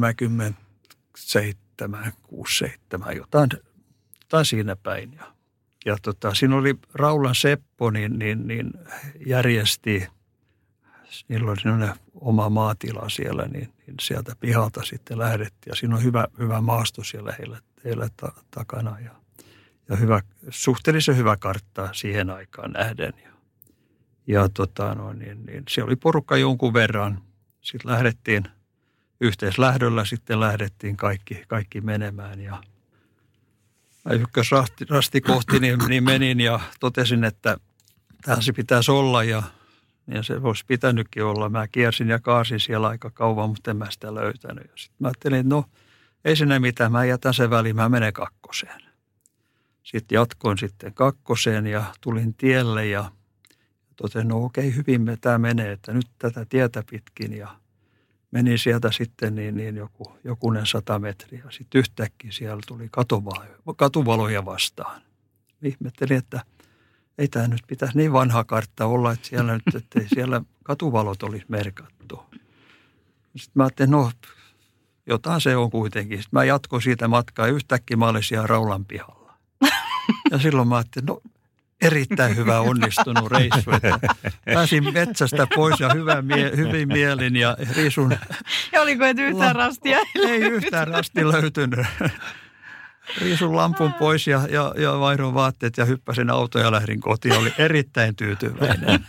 Speaker 5: 77, 67, jotain siinä päin. Ja siinä oli Raulan Seppo, niin järjesti, niillä oli sellainen oma maatila siellä, niin sieltä pihalta sitten lähdettiin. Ja siinä on hyvä maasto siellä heillä takana ja suhteellisen hyvä kartta siihen aikaan nähden. Ja siellä oli porukka jonkun verran. Sitten lähdettiin yhteislähdöllä, sitten lähdettiin kaikki menemään. Ja mä ykkösrasti kohti niin menin ja totesin, että tähän se pitäisi olla ja se olisi pitänytkin olla. Mä kiersin ja kaasin siellä aika kauan, mutta en mä sitä löytänyt. Ja sitten mä ajattelin, että no ei sinne mitään, mä jätän sen väliin, mä menen 2. Sitten jatkoin sitten 2 ja tulin tielle ja totesin, no okei, hyvin tämä menee, että nyt tätä tietä pitkin ja menin sieltä sitten niin jokunen 100 metriä. Sitten yhtäkkiä siellä tuli katuvaloja vastaan. Ihmettelin, että ei tämä nyt pitäisi niin vanha kartta olla, että siellä nyt, ettei siellä katuvalot olisi merkattu. Sitten mä ajattelin, no jotain se on kuitenkin. Sitten mä jatkoin siitä matkaa ja yhtäkkiä mä olin siellä Raulan pihalla. Ja silloin mä ajattelin, no erittäin hyvä onnistunut reissu, että pääsin metsästä pois ja hyvin mielin ja risun.
Speaker 3: Ja oliko et yhtään rastia?
Speaker 5: Ei yhtään rasti löytynyt. Risun lampun pois ja vaihdoin vaatteet ja hyppäsin autoon ja lähdin kotiin. Oli erittäin tyytyväinen.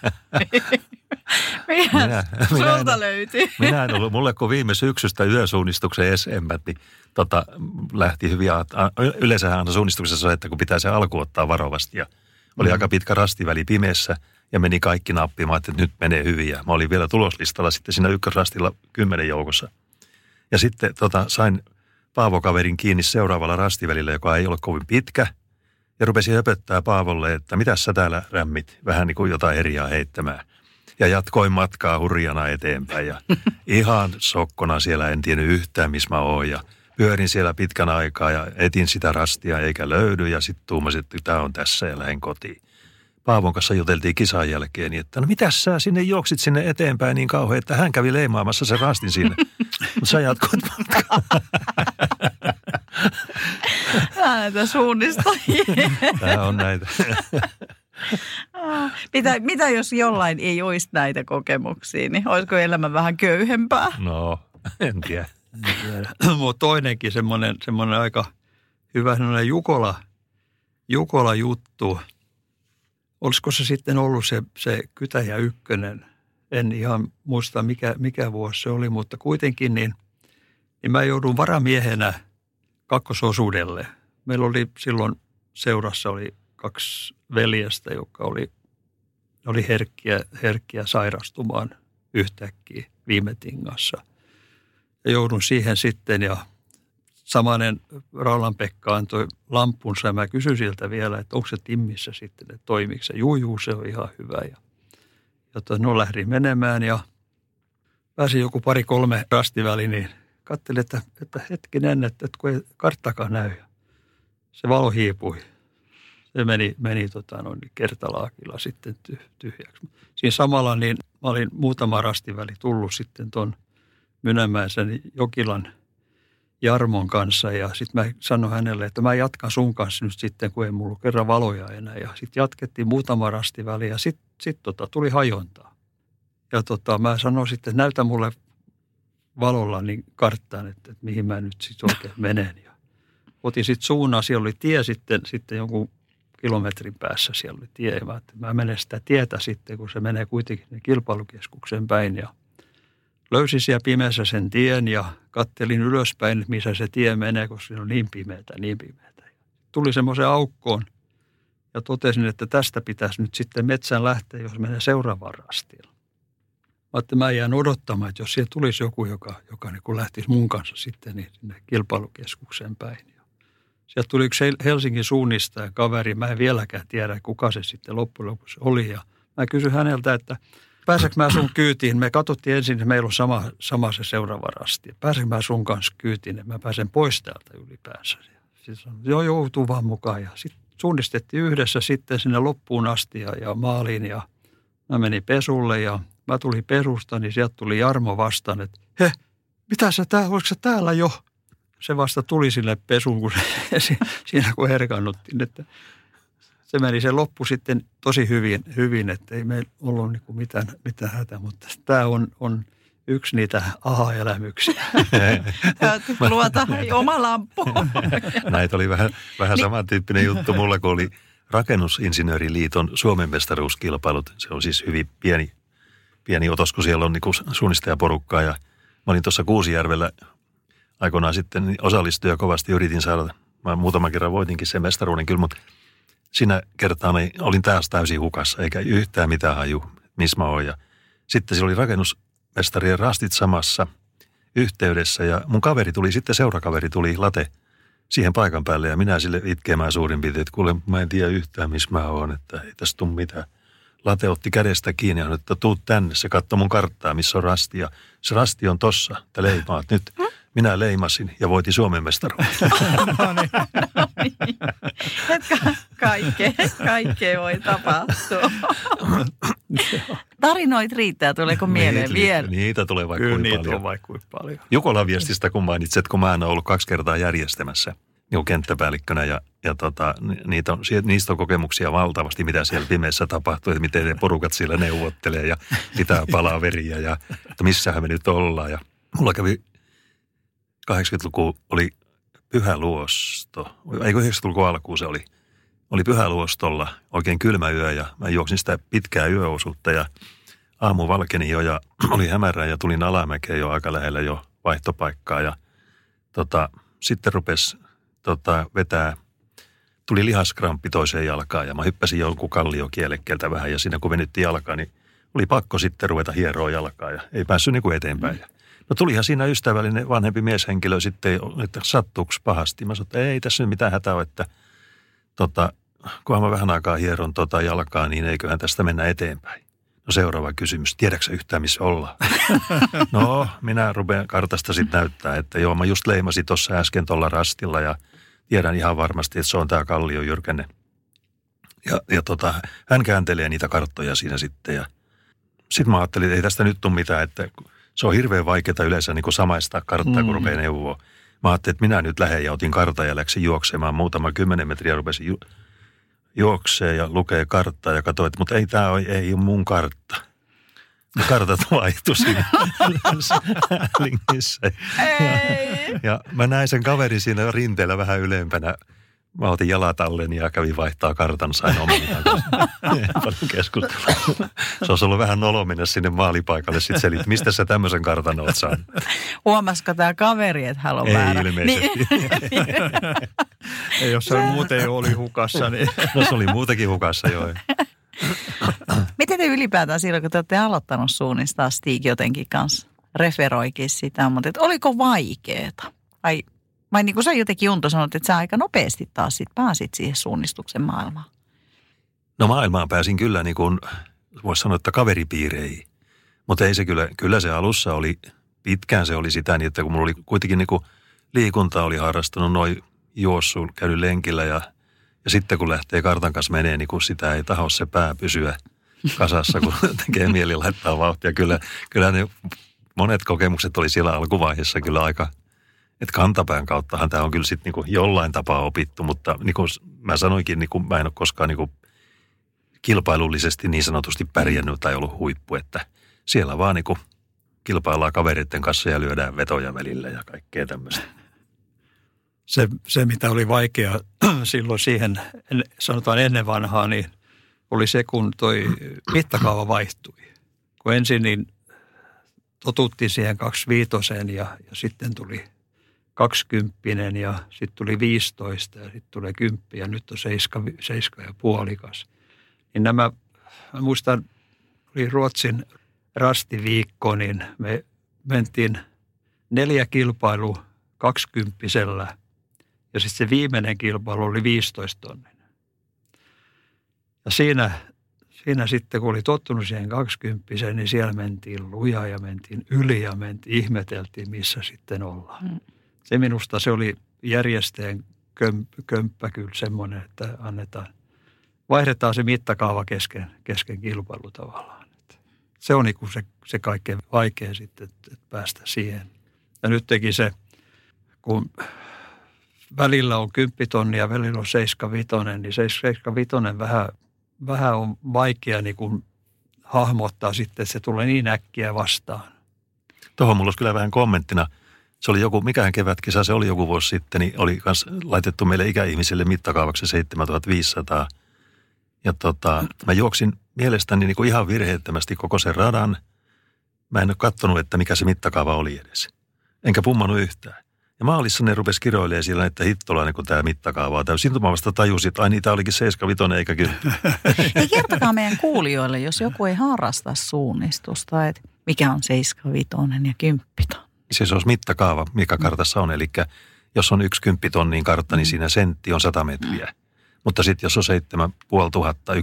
Speaker 3: Sulta löytyi.
Speaker 4: Minä en ollut, mulle kun viime syksystä yösuunnistuksen SM, niin lähti hyviä. Yleensähän aina suunnistuksessa on, että kun pitää se alku ottaa varovasti ja oli aika pitkä rastiväli pimeässä ja meni kaikki nappimaan, että nyt menee hyvin. Ja mä olin vielä tuloslistalla sitten siinä ykkösrastilla 10 joukossa. Ja sitten sain Paavo-kaverin kiinni seuraavalla rastivälillä, joka ei ole kovin pitkä. Ja rupesin höpöttää Paavolle, että mitäs sä täällä rämmit, vähän niin kuin jotain herjaa heittämään. Ja jatkoin matkaa hurjana eteenpäin ja ihan sokkona siellä en tiennyt yhtään, missä mä oon. Ja pyörin siellä pitkän aikaa ja etin sitä rastia eikä löydy ja sitten tuumasin, että tämä on tässä ja lähdin kotiin. Paavon kanssa juteltiin kisan jälkeen, niin että no mitäs sä sinne juoksit sinne eteenpäin niin kauhean, että hän kävi leimaamassa sen rastin sinne. Mutta sä jatkoit matkaa.
Speaker 3: Näitä suunnistajia.
Speaker 4: Tämä on näitä.
Speaker 3: Mitä jos jollain ei olisi näitä kokemuksia, niin olisiko elämä vähän köyhempää?
Speaker 4: No, en tiedä.
Speaker 5: Mutta toinenkin semmoinen aika hyvä Jukola juttu. Olisiko se sitten ollut se Kytäjä ykkönen? En ihan muista mikä vuosi se oli, mutta kuitenkin niin mä joudun varamiehenä kakkososuudelle. Meillä oli silloin seurassa oli 2 veljestä, jotka oli herkkiä sairastumaan yhtäkkiä viime tingassa. Ja joudun siihen sitten ja samainen Raulan-Pekka antoi lampunsa ja mä kysyin siltä vielä, että onko se timmissä sitten, että toimiiko se. Juu, se on ihan hyvä. Ja lähdin menemään ja pääsin joku 2-3 rastiväliin, niin katselin, että hetkinen, että kun ei karttakaan näy. Se valo hiipui. Se meni kertalaakilla sitten tyhjäksi. Siinä samalla niin mä olin muutama rastiväli tullut sitten ton Mynämäisen Jokilan Jarmon kanssa ja sitten mä sanoin hänelle, että mä jatkan sun kanssa nyt sitten, kun ei mulla kerran valoja enää. Ja sitten jatkettiin muutama rastiväli ja sitten tuli hajontaa. Ja mä sanoin sitten, että näytä mulle valolla niin karttaan, että mihin mä nyt sitten oikein menen. Ja otin sitten suunnan, siellä oli tie sitten jonkun kilometrin päässä siellä oli tie. Ja mä menen sitä tietä sitten, kun se menee kuitenkin kilpailukeskuksen päin ja löysin siellä pimeässä sen tien ja kattelin ylöspäin, missä se tie menee, koska se on niin pimeätä. Tuli semmoisen aukkoon ja totesin, että tästä pitäisi nyt sitten metsän lähteä, jos menee seuraavaan rastiin. Mä jään odottamaan, että jos siellä tulisi joku, joka niin kun lähtisi mun kanssa sitten niin sinne kilpailukeskukseen päin. Sieltä tuli yksi Helsingin suunnistaja kaveri, mä en vieläkään tiedä, kuka se sitten loppujen lopuksi oli. Ja mä kysyin häneltä, että pääsenkö mä sun kyytiin? Me katsottiin ensin, että meillä on sama se seuraava rasti. Pääsenkö mä sun kanssa kyytiin, että mä pääsen pois täältä ylipäänsä. Sitten sanoin, joo, tuu vaan mukaan. Ja sitten suunnistettiin yhdessä sitten sinne loppuun asti ja maaliin. Ja mä menin pesulle ja mä tulin pesusta, niin sieltä tuli Jarmo vastaan, että mitä sä oliko sä täällä jo? Se vasta tuli sille pesuun, kun siinä kun herkannuttiin, että se meni se loppu sitten tosi hyvin, että ei meillä ollut niin kuin mitään hätää, mutta tämä on yksi niitä aha-elämyksiä.
Speaker 3: Luota oma lamppu.
Speaker 4: Näitä oli vähän samantyyppinen juttu mulla, kun oli Rakennusinsinööriliiton Suomen mestaruuskilpailut. Se on siis hyvin pieni otos, kun siellä on niin kuin suunnistajaporukkaa. Ja mä olin tuossa Kuusijärvellä aikoinaan sitten osallistuja kovasti yritin saada. Mä muutaman kerran voitinkin sen mestaruuden kyllä, mutta siinä kertaa olin taas täysin hukassa, eikä yhtään mitään haju, missä mä oon. Ja sitten siellä oli rakennusmestarien rastit samassa yhteydessä ja mun seurakaveri tuli late siihen paikan päälle ja minä sille itkemään suurin piirtein, että kuule, mä en tiedä yhtään, missä mä oon, että ei tässä tule mitään. Late otti kädestä kiinni ja sanoi, että tuu tänne, se katsoi mun karttaa, missä on rasti ja se rasti on tossa, että leimaat nyt. Minä leimasin ja voitin Suomen mestaruuden.
Speaker 3: No niin. Kaikkea voi tapahtua. Tarinoit riittää, tuleeko mieleen vielä?
Speaker 4: Niitä tulee vaikka
Speaker 5: kyllä,
Speaker 4: kuin
Speaker 5: niitä
Speaker 4: paljon.
Speaker 5: on vaikka kuin paljon.
Speaker 4: Jukolan viestistä, kun mainitsit, kun mä en ole ollut 2 kertaa järjestämässä niin kenttäpäällikkönä ja niistä on kokemuksia valtavasti, mitä siellä pimeässä tapahtuu, että miten ne porukat siellä neuvottelee ja pitää palaveriä ja että missähän me nyt ollaan. Ja mulla kävi 80-luku oli Pyhäluosto, eikö 90-luvun alkuun se oli Pyhäluostolla oikein kylmä yö ja mä juoksin sitä pitkää yöosuutta ja aamu valkeni jo ja oli hämärää ja tulin alamäkeen jo aika lähellä jo vaihtopaikkaa ja sitten rupesi vetää, tuli lihaskramppi toiseen jalkaan ja mä hyppäsin jonkun kalliokielekkeeltä vähän ja siinä kun venyttiin jalkaa, niin oli pakko sitten ruveta hieroa jalkaa ja ei päässyt niin kuin eteenpäin. No tulihan siinä ystävällinen vanhempi mieshenkilö sitten, että sattuuko pahasti. Mä sanoin, että ei tässä nyt mitään hätää ole, että kunhan mä vähän aikaa hieron jalkaa, niin eiköhän tästä mennä eteenpäin. No seuraava kysymys, tiedätkö yhtään missä ollaan? No minä rupean kartasta sitten näyttää, että joo mä just leimasin tuossa äsken tuolla rastilla ja tiedän ihan varmasti, että se on tämä Kalliojyrkänne. Ja hän kääntelee niitä karttoja siinä sitten ja sitten mä ajattelin, että ei tästä nyt tule mitään, että se on hirveän vaikeaa yleensä niin kuin samaistaa karttaa, kun rupeaa neuvoa. Mä ajattelin, että minä nyt lähden ja otin kartan ja läksin juoksemaan. Muutama 10 metriä rupesin juoksee ja lukee karttaa ja katsoin, että mutta ei ole mun kartta. Ne kartat vaihtui siinä Hälingissä. Ja mä näin sen kaverin siinä rinteellä vähän ylempänä. Mä otin jalat allen ja kävin vaihtaa kartan, sain omiin paljon keskustelua. Se olisi ollut vähän nolo mennä sinne maalipaikalle sitten selit, mistä sä tämmöisen kartan oot saanut.
Speaker 3: Huomasiko tämä kaveri, että hän on väärä?
Speaker 4: Ei ilmeisesti.
Speaker 5: Ja jos se muuten oli hukassa, niin...
Speaker 4: No se oli muutakin hukassa, joo.
Speaker 3: Miten te ylipäätään silloin, kun te olette aloittanut suunnistaa, Stig jotenkin kanssa referoikin sitä, mutta että oliko vaikeeta? Vai niin kuin sä jotenkin Junto sanot, että sä aika nopeasti taas sit pääsit siihen suunnistuksen maailmaan?
Speaker 4: No maailmaan pääsin kyllä niin kuin, voisi sanoa, että kaveripiireihin. Mutta ei se kyllä se alussa oli, pitkään se oli sitä niin, että kun mulla oli kuitenkin niin kuin liikuntaa oli harrastanut, noin juossut, käynyt lenkillä ja sitten kun lähtee kartan kanssa menee, niin kun sitä ei taho se pää pysyä kasassa, kun tekee mieli laittaa vauhtia. Kyllä ne monet kokemukset oli siellä alkuvaiheessa kyllä aika, että kantapään kauttahan tämä on kyllä sitten niin jollain tapaa opittu, mutta niin kuin mä sanoinkin, niin kuin mä en ole koskaan niin kuin kilpailullisesti niin sanotusti pärjännyt tai ollut huippu, että siellä vaan niin kuin kilpaillaan kavereiden kanssa ja lyödään vetoja välillä ja kaikkea tämmöistä.
Speaker 5: Se, mitä oli vaikea silloin siihen, sanotaan ennen vanhaa, niin oli se, kun toi mittakaava vaihtui. Kun ensin niin totuttiin siihen 25 ja sitten tuli 20 ja sitten tuli 15 ja sitten tulee 10 ja nyt on 7,5. Niin mä muistan, oli Ruotsin rastiviikko, niin me mentiin 4 kilpailu 20-sellä. Ja sitten se viimeinen kilpailu oli 15 tonninen. Ja siinä sitten, kun oli tottunut siihen 20, niin siellä mentiin lujaa ja mentiin yli ja ihmeteltiin, missä sitten ollaan. Se minusta se oli järjestäjän kömppä kyllä semmoinen, että vaihdetaan se mittakaava kesken kilpailu tavallaan. Se on niin kuin se kaikkein vaikea sitten, että päästä siihen. Ja nyt teki se, kun... Välillä on 10 tonnia ja välillä on 7,5, niin 7,5 vähän on vaikea niin kuin hahmottaa sitten, että se tulee niin äkkiä vastaan.
Speaker 4: Tuohon mulla olisi kyllä vähän kommenttina. Se oli mikähän kevätkisa, se oli joku vuosi sitten, niin oli myös laitettu meille ikäihmisille mittakaavaksi 7500. Ja mä juoksin mielestäni niin kuin ihan virheettömästi koko sen radan. Mä en ole katsonut, että mikä se mittakaava oli edes. Enkä pummannut yhtään. Ja maalissa ne rupesi kiroilemaan sillä, että hittolainen kun tämä mittakaava on täysin. Mä vasta tajusin, että niitä olikin 7,5 eikä 10.
Speaker 3: Ei kertokaa meidän kuulijoille, jos joku ei harrasta suunnistusta, että mikä on 7,5 ja 10 tonni.
Speaker 4: Se olisi mitakaava, mikä kartassa on. Eli jos on 1 10 tonnin kartta, niin siinä sentti on 100 metriä. Mutta sitten jos on 7,500,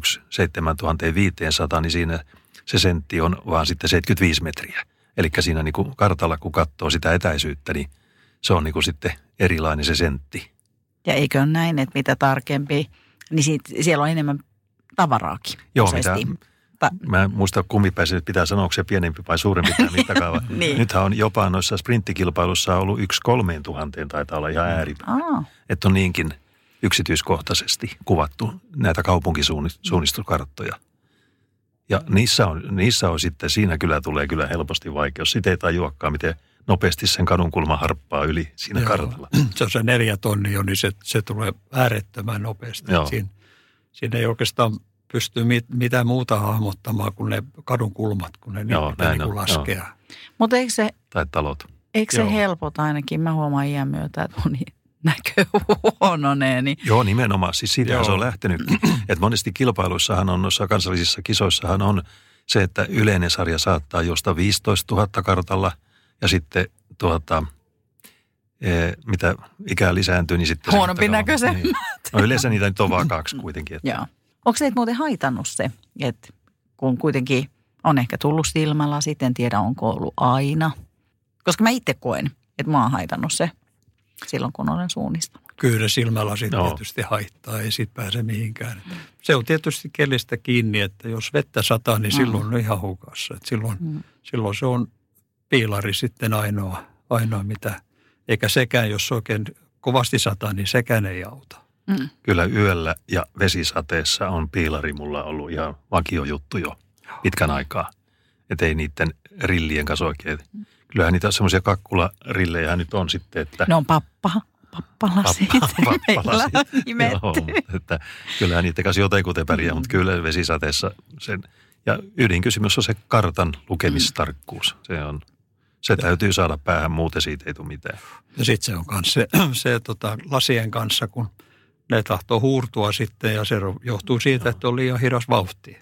Speaker 4: 7,500, niin siinä se sentti on vaan sitten 75 metriä. Eli siinä niin kuin kartalla, kun katsoo sitä etäisyyttä, niin se on niin kuin sitten erilainen se sentti.
Speaker 3: Ja eikö ole näin, että mitä tarkempi, niin siellä on enemmän tavaraakin.
Speaker 4: Joo, mä en muista kummipäissä, että pitää sanoa, onko se pienempi vai suurempi tämä mittakaava. Niin. Nythän on jopa noissa sprinttikilpailussa ollut 1/3000 taitaa olla ihan ääripää. Että on niinkin yksityiskohtaisesti kuvattu näitä kaupunkisuunnistuskarttoja. Ja niissä on sitten, siinä kyllä tulee kyllä helposti vaikeus. Sitten ei tajuakaan, miten nopeasti sen kadunkulma harppaa yli siinä kartalla.
Speaker 5: Se on se 4 tonnia, niin se tulee äärettömän nopeasti. Siinä ei oikeastaan pysty mitään muuta hahmottamaan kuin ne kadunkulmat, kun ne niin laskee.
Speaker 3: Mutta eikö se,
Speaker 4: tai talot.
Speaker 3: Eikö se helpota ainakin? Mä huomaan iän myötä, että moni näkö huononee. Niin...
Speaker 4: Joo, nimenomaan. Siis siitä se on lähtenyt. Että monesti kilpailuissahan on, noissa kansallisissa kisoissahan on se, että yleinen sarja saattaa juosta 15 000 kartalla ja sitten mitä ikää lisääntyy, niin sitten...
Speaker 3: Huonompi näköisemmät.
Speaker 4: Niin. No yleensä niitä nyt on vaan 2 kuitenkin. Että...
Speaker 3: Joo. Onko teitä muuten haitannut se, että kun kuitenkin on ehkä tullut silmälasit, en tiedä onko ollut aina. Koska mä itse koen, että mä oon haitannut se silloin, kun olen suunnistanut.
Speaker 5: Kyllä silmälasit tietysti haittaa, ei siitä pääse mihinkään. Se on tietysti kelistä kiinni, että jos vettä sataa, niin silloin on ihan hukassa. Että silloin se on piilari sitten ainoa mitä, eikä sekään, jos oikein kovasti sataa, niin sekään ei auta.
Speaker 4: Kyllä yöllä ja vesisateessa on piilari mulla ollut ihan vakiojuttu jo pitkän aikaa. Että ei niiden rillien kanssa oikein. Kyllähän niitä semmoisia kakkularillejä nyt on sitten, että...
Speaker 3: Ne on pappalasit.
Speaker 4: Pappalasit. Joo, että kyllähän niiden kanssa jotenkuten pärjää, mutta kyllä vesisateessa sen... Ja ydinkysymys on se kartan lukemistarkkuus. Se täytyy saada päähän, muuten siitä ei tule mitään.
Speaker 5: Ja sitten se on myös se lasien kanssa, kun ne tahtoo huurtua sitten ja se johtuu siitä, että on liian hidas vauhti.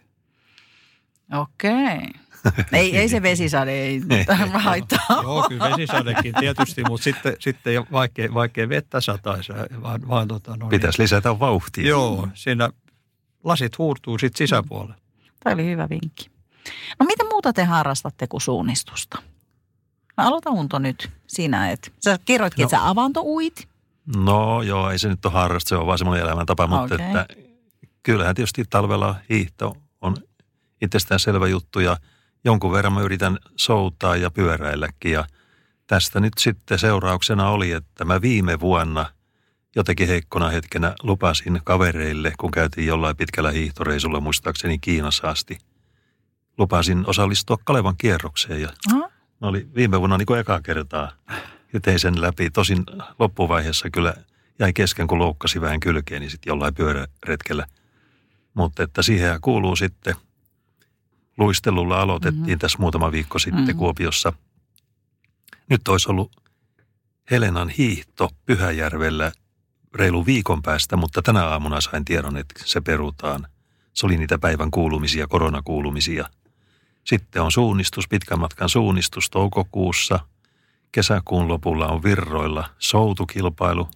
Speaker 3: Okei. Ei se vesisade ei haittaa.
Speaker 5: Joo, kyllä vesisadekin tietysti, mutta sitten vaikkei vettä sataisi, vaan
Speaker 4: pitäisi lisätä vauhtia.
Speaker 5: Joo, siinä lasit huurtuu sitten sisäpuolelle.
Speaker 3: Tämä oli hyvä vinkki. No mitä muuta te harrastatte kuin suunnistusta? No aloita Unto nyt sinä, että sä kerroitkin, että sä avantouit.
Speaker 4: No joo, ei se nyt ole harrasta, se on vaan semmoinen elämäntapa, mutta että kyllähän tietysti talvella hiihto on itsestään selvä juttu ja jonkun verran mä yritän soutaa ja pyöräilläkin ja tästä nyt sitten seurauksena oli, että mä viime vuonna jotenkin heikkona hetkenä lupasin kavereille, kun käytiin jollain pitkällä hiihtoreisulla, muistaakseni Kiinassa asti, lupasin osallistua Kalevan kierrokseen ja mä olin viime vuonna niin kuin ekaa kertaa ja tein sen läpi. Tosin loppuvaiheessa kyllä jäi kesken, kun loukkasi vähän kylkeen, niin sitten jollain pyöräretkellä. Mutta että siihen kuuluu sitten, luistelulla aloitettiin tässä muutama viikko sitten Kuopiossa. Nyt olisi ollut Helenan hiihto Pyhäjärvellä reilu viikon päästä, mutta tänä aamuna sain tiedon, että se perutaan. Se oli niitä päivän kuulumisia, koronakuulumisia. Sitten on suunnistus, pitkän matkan suunnistus toukokuussa. Kesäkuun lopulla on Virroilla soutukilpailu.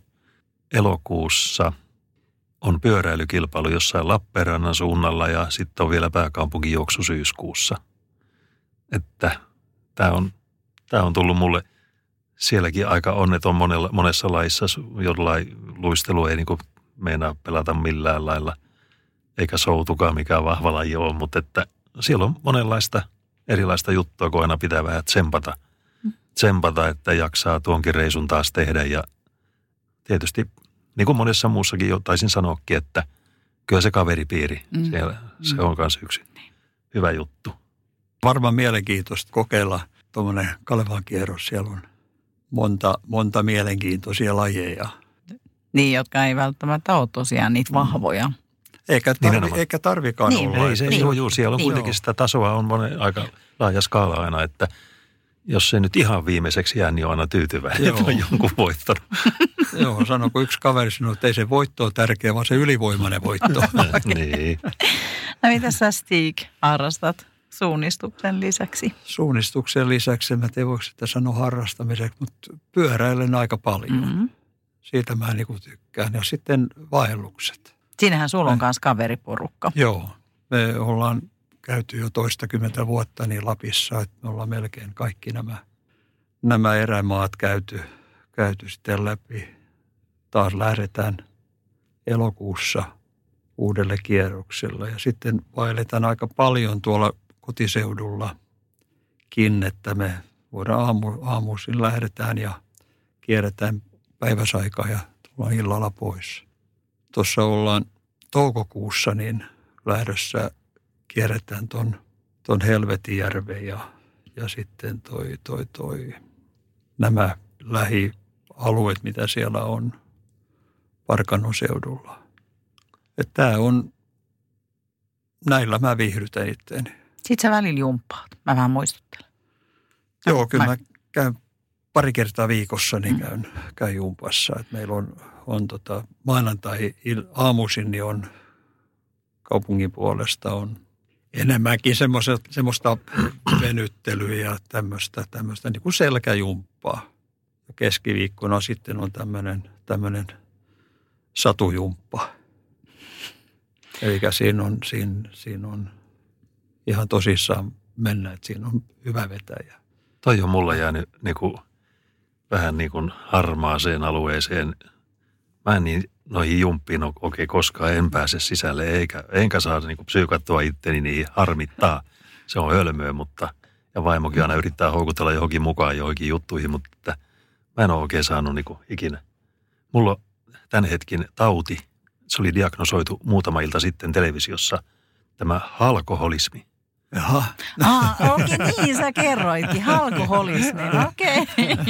Speaker 4: Elokuussa on pyöräilykilpailu jossain Lappeenrannan suunnalla ja sitten on vielä pääkaupunkijuoksu syyskuussa. Että tämä on tullut mulle sielläkin aika onneton monessa laissa, jollain luistelu ei niin kuin meinaa pelata millään lailla, eikä soutukaan mikään vahva laji ole, mutta että siellä on monenlaista erilaista juttua, kun aina pitää vähän tsempata, että jaksaa tuonkin reisun taas tehdä ja tietysti niin kuin monessa muussakin jo taisin sanoakin, että kyllä se kaveripiiri siellä, se on myös yksi hyvä juttu.
Speaker 5: Varmaan mielenkiintoista kokeilla tuommoinen Kalevan kierros, siellä on monta mielenkiintoisia lajeja.
Speaker 3: Niin, jotka ei välttämättä ole tosiaan niitä vahvoja.
Speaker 5: Eikä tarvikaan olla.
Speaker 4: Ei se juu, siellä on kuitenkin sitä tasoa on aika laaja skaala aina, että jos se nyt ihan viimeiseksi jää, niin on aina tyytyväinen, että on jonkun voittanut.
Speaker 5: Joo, sanonko yksi kaveri sanoi, että ei se voitto ole tärkeä, vaan se ylivoimainen voitto.
Speaker 4: Niin.
Speaker 3: No mitä sä Stig harrastat suunnistuksen lisäksi?
Speaker 5: Suunnistuksen lisäksi, mä en voiko sitä sanoa harrastamiseksi, mutta pyöräilen aika paljon. Siitä mä niin kuin tykkään. Ja sitten vaellukset.
Speaker 3: Siinähän sulla on kanssa kaveriporukka.
Speaker 5: Joo, me ollaan käyty jo 20 vuotta niin Lapissa, että me ollaan melkein kaikki nämä erämaat käyty sitten läpi. Taas lähdetään elokuussa uudelle kierrokselle ja sitten vaelletaan aika paljon tuolla kotiseudullakin, että me voidaan aamuisin lähdetään ja kierretään päiväsaikaa ja tullaan illalla pois. Tuossa ollaan toukokuussa niin lähdössä kierretään ton Helvetijärven ja sitten nämä lähialueet, mitä siellä on Parkanon seudulla. Että tää on, näillä mä viihdytän itteeni.
Speaker 3: Sitten sä välillä jumppaat. Mä vähän muistuttelen.
Speaker 5: Joo, kyllä mä käyn pari kertaa viikossa, niin käyn jumpassa. Et meillä on maanantai aamuisin, niin on kaupungin puolesta on enemmänkin semmoista venyttelyä ja tämmöistä niin kuin selkäjumppaa. Ja keskiviikkona sitten on tämmöinen satujumppa. Eli siinä on ihan tosissaan mennä, että siinä on hyvä vetäjä.
Speaker 4: Toi on mulla jäänyt vähän niin kuin harmaaseen alueeseen mä en niin noihin jumppiin oikein koskaan en pääse sisälle, enkä saa niin kuin psyykattua itteni niin harmittaa. Se on hölmöä, mutta ja vaimokin aina yrittää houkutella johonkin mukaan johonkin juttuihin, mutta että mä en ole oikein saanut niin kuin ikinä. Mulla on tämän hetkin tauti, se oli diagnosoitu muutama ilta sitten televisiossa, tämä alkoholismi.
Speaker 5: Jaha.
Speaker 3: Okei, niin sä kerroitkin, alkoholismi, okei.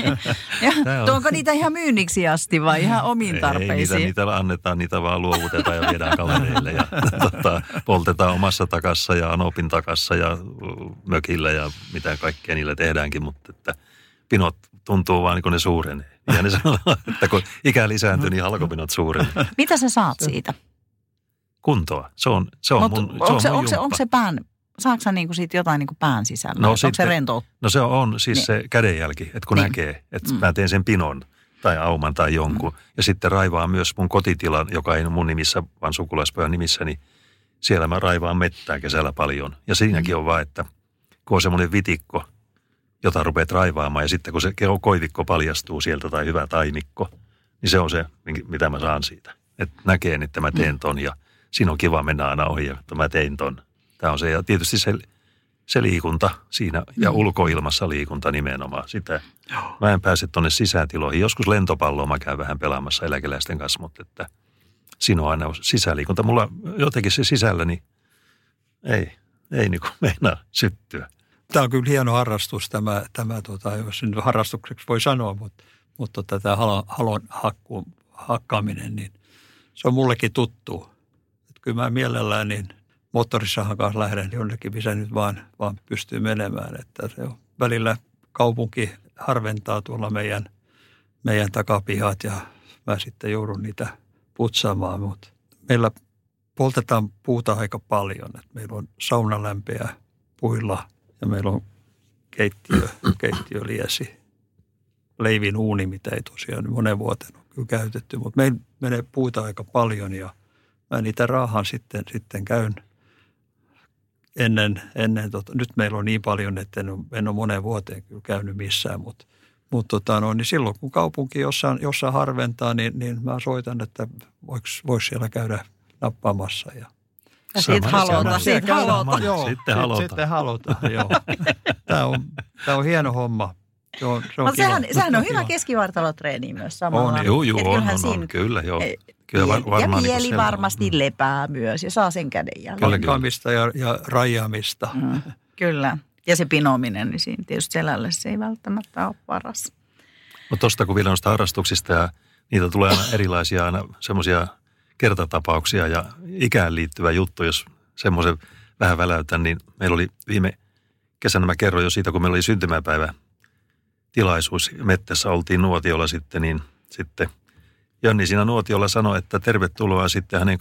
Speaker 3: Onko niitä ihan myynniksi asti vai ihan omiin tarpeisiin?
Speaker 4: Ei, niitä annetaan, niitä vaan luovutetaan ja viedään kavereille ja poltetaan omassa takassa ja anopin takassa ja mökillä ja mitä kaikkea niillä tehdäänkin, mutta että pinot tuntuu vaan niin kuin ne suurenee. Ja ne sanoo, että kun ikä lisääntyy, niin alkopinot suurenee.
Speaker 3: Mitä sä saat siitä?
Speaker 4: Kuntoa. Se on mun
Speaker 3: onko se pään... Saatko sä niinku siitä jotain niinku pään sisällä? Onko se rentoutta?
Speaker 4: No se on siis se kädenjälki, että kun näkee, että mä teen sen pinon tai auman tai jonkun. Ja sitten raivaan myös mun kotitilan, joka ei ole mun nimissä, vaan sukulaispojan nimissä, niin siellä mä raivaan mettää kesällä paljon. Ja siinäkin on vaan, että kun on semmoinen vitikko, jota rupeat raivaamaan ja sitten kun se koivikko paljastuu sieltä tai hyvä taimikko, niin se on se, mitä mä saan siitä. Että näkee, että mä teen ton ja siinä on kiva mennä aina ohi, että mä tein ton. Tämä on se, ja tietysti se liikunta siinä, ja ulkoilmassa liikunta nimenomaan sitä. Mä en pääse tuonne sisätiloihin. Joskus lentopalloa mä käyn vähän pelaamassa eläkeläisten kanssa, mutta että siinä on aina sisäliikunta. Mulla jotenkin se sisällä, niin ei niin kuin meinaa syttyä.
Speaker 5: Tämä on kyllä hieno harrastus, tämä jos nyt harrastukseksi voi sanoa, mutta tämä halon hakkaaminen, niin se on mullekin tuttu. Että kyllä mä mielellään niin moottorissahan kanssa lähden jonnekin, missä nyt vaan pystyy menemään. Että se on välillä kaupunki harventaa tuolla meidän takapihat ja mä sitten joudun niitä putsaamaan. Mutta meillä poltetaan puuta aika paljon. Että meillä on sauna lämpeä puilla ja meillä on keittiöliesi, leivin uuni, mitä ei tosiaan monen vuoteen ole kyllä käytetty. Mutta meillä menee puuta aika paljon ja mä niitä raahan sitten käyn ennen nyt meillä on niin paljon, että en ole moneen vuoteen kyllä käynyt missään, mutta niin silloin kun kaupunki jossain harventaa, niin mä soitan, että voiko siellä käydä nappaamassa. Ja
Speaker 3: sitten halota.
Speaker 5: Sitten halota, joo. Tämä on hieno homma. Se on
Speaker 3: sehän on hyvä keskivartalotreeni myös samalla.
Speaker 4: On, kyllä joo.
Speaker 3: Ja mieli varmasti lepää myös ja saa sen kädenjäljen.
Speaker 5: Palkkaamista ja rajaamista.
Speaker 3: Kyllä. Ja se pinominen, niin siinä tietysti selälle se ei välttämättä ole paras.
Speaker 4: Mutta tuosta kun vielä noista harrastuksista ja niitä tulee aina erilaisia aina semmoisia kertatapauksia ja ikään liittyvä juttu, jos semmoisen vähän väläytän, niin meillä oli viime kesänä, mä kerroin jo siitä, kun meillä oli syntymäpäivä tilaisuus, mettässä oltiin nuotiolla sitten, niin sitten Jonni siinä nuotiolla sanoi, että tervetuloa sitten hänen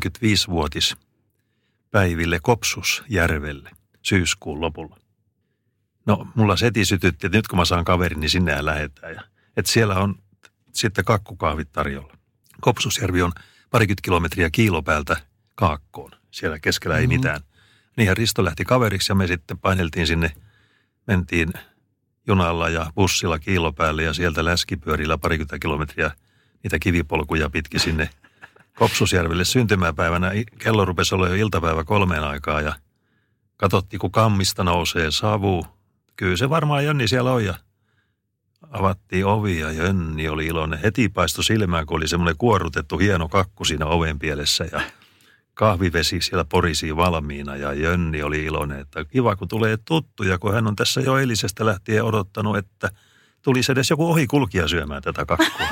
Speaker 4: 85-vuotispäiville Kopsusjärvelle syyskuun lopulla. No, mulla seti sytytti, että nyt kun mä saan kaverin, niin sinnehän lähdetään. Että siellä on sitten kakkukahvit tarjolla. Kopsusjärvi on 20 kilometriä Kiilopäältä Kaakkoon. Siellä keskellä ei mitään. Niinhän Risto lähti kaveriksi ja me sitten paineltiin sinne, mentiin junalla ja bussilla Kiilopäälle ja sieltä läskipyörillä 20 kilometriä niitä kivipolkuja pitki sinne Kopsusjärvelle syntymäpäivänä. Kello rupesi olla jo iltapäivä 3 aikaa ja katsottiin, kun kammista nousee savu. Kyllä se varmaan Jonni siellä on ja avattiin ovi ja Jonni oli iloinen. Heti paistoi silmään, kun oli semmoinen kuorrutettu hieno kakku siinä oven pielessä ja kahvivesi siellä porisi valmiina ja Jonni oli iloinen, että kiva kun tulee tuttuja, kun hän on tässä jo eilisestä lähtien odottanut, että tulisi edes joku ohikulkija syömään tätä kakkua.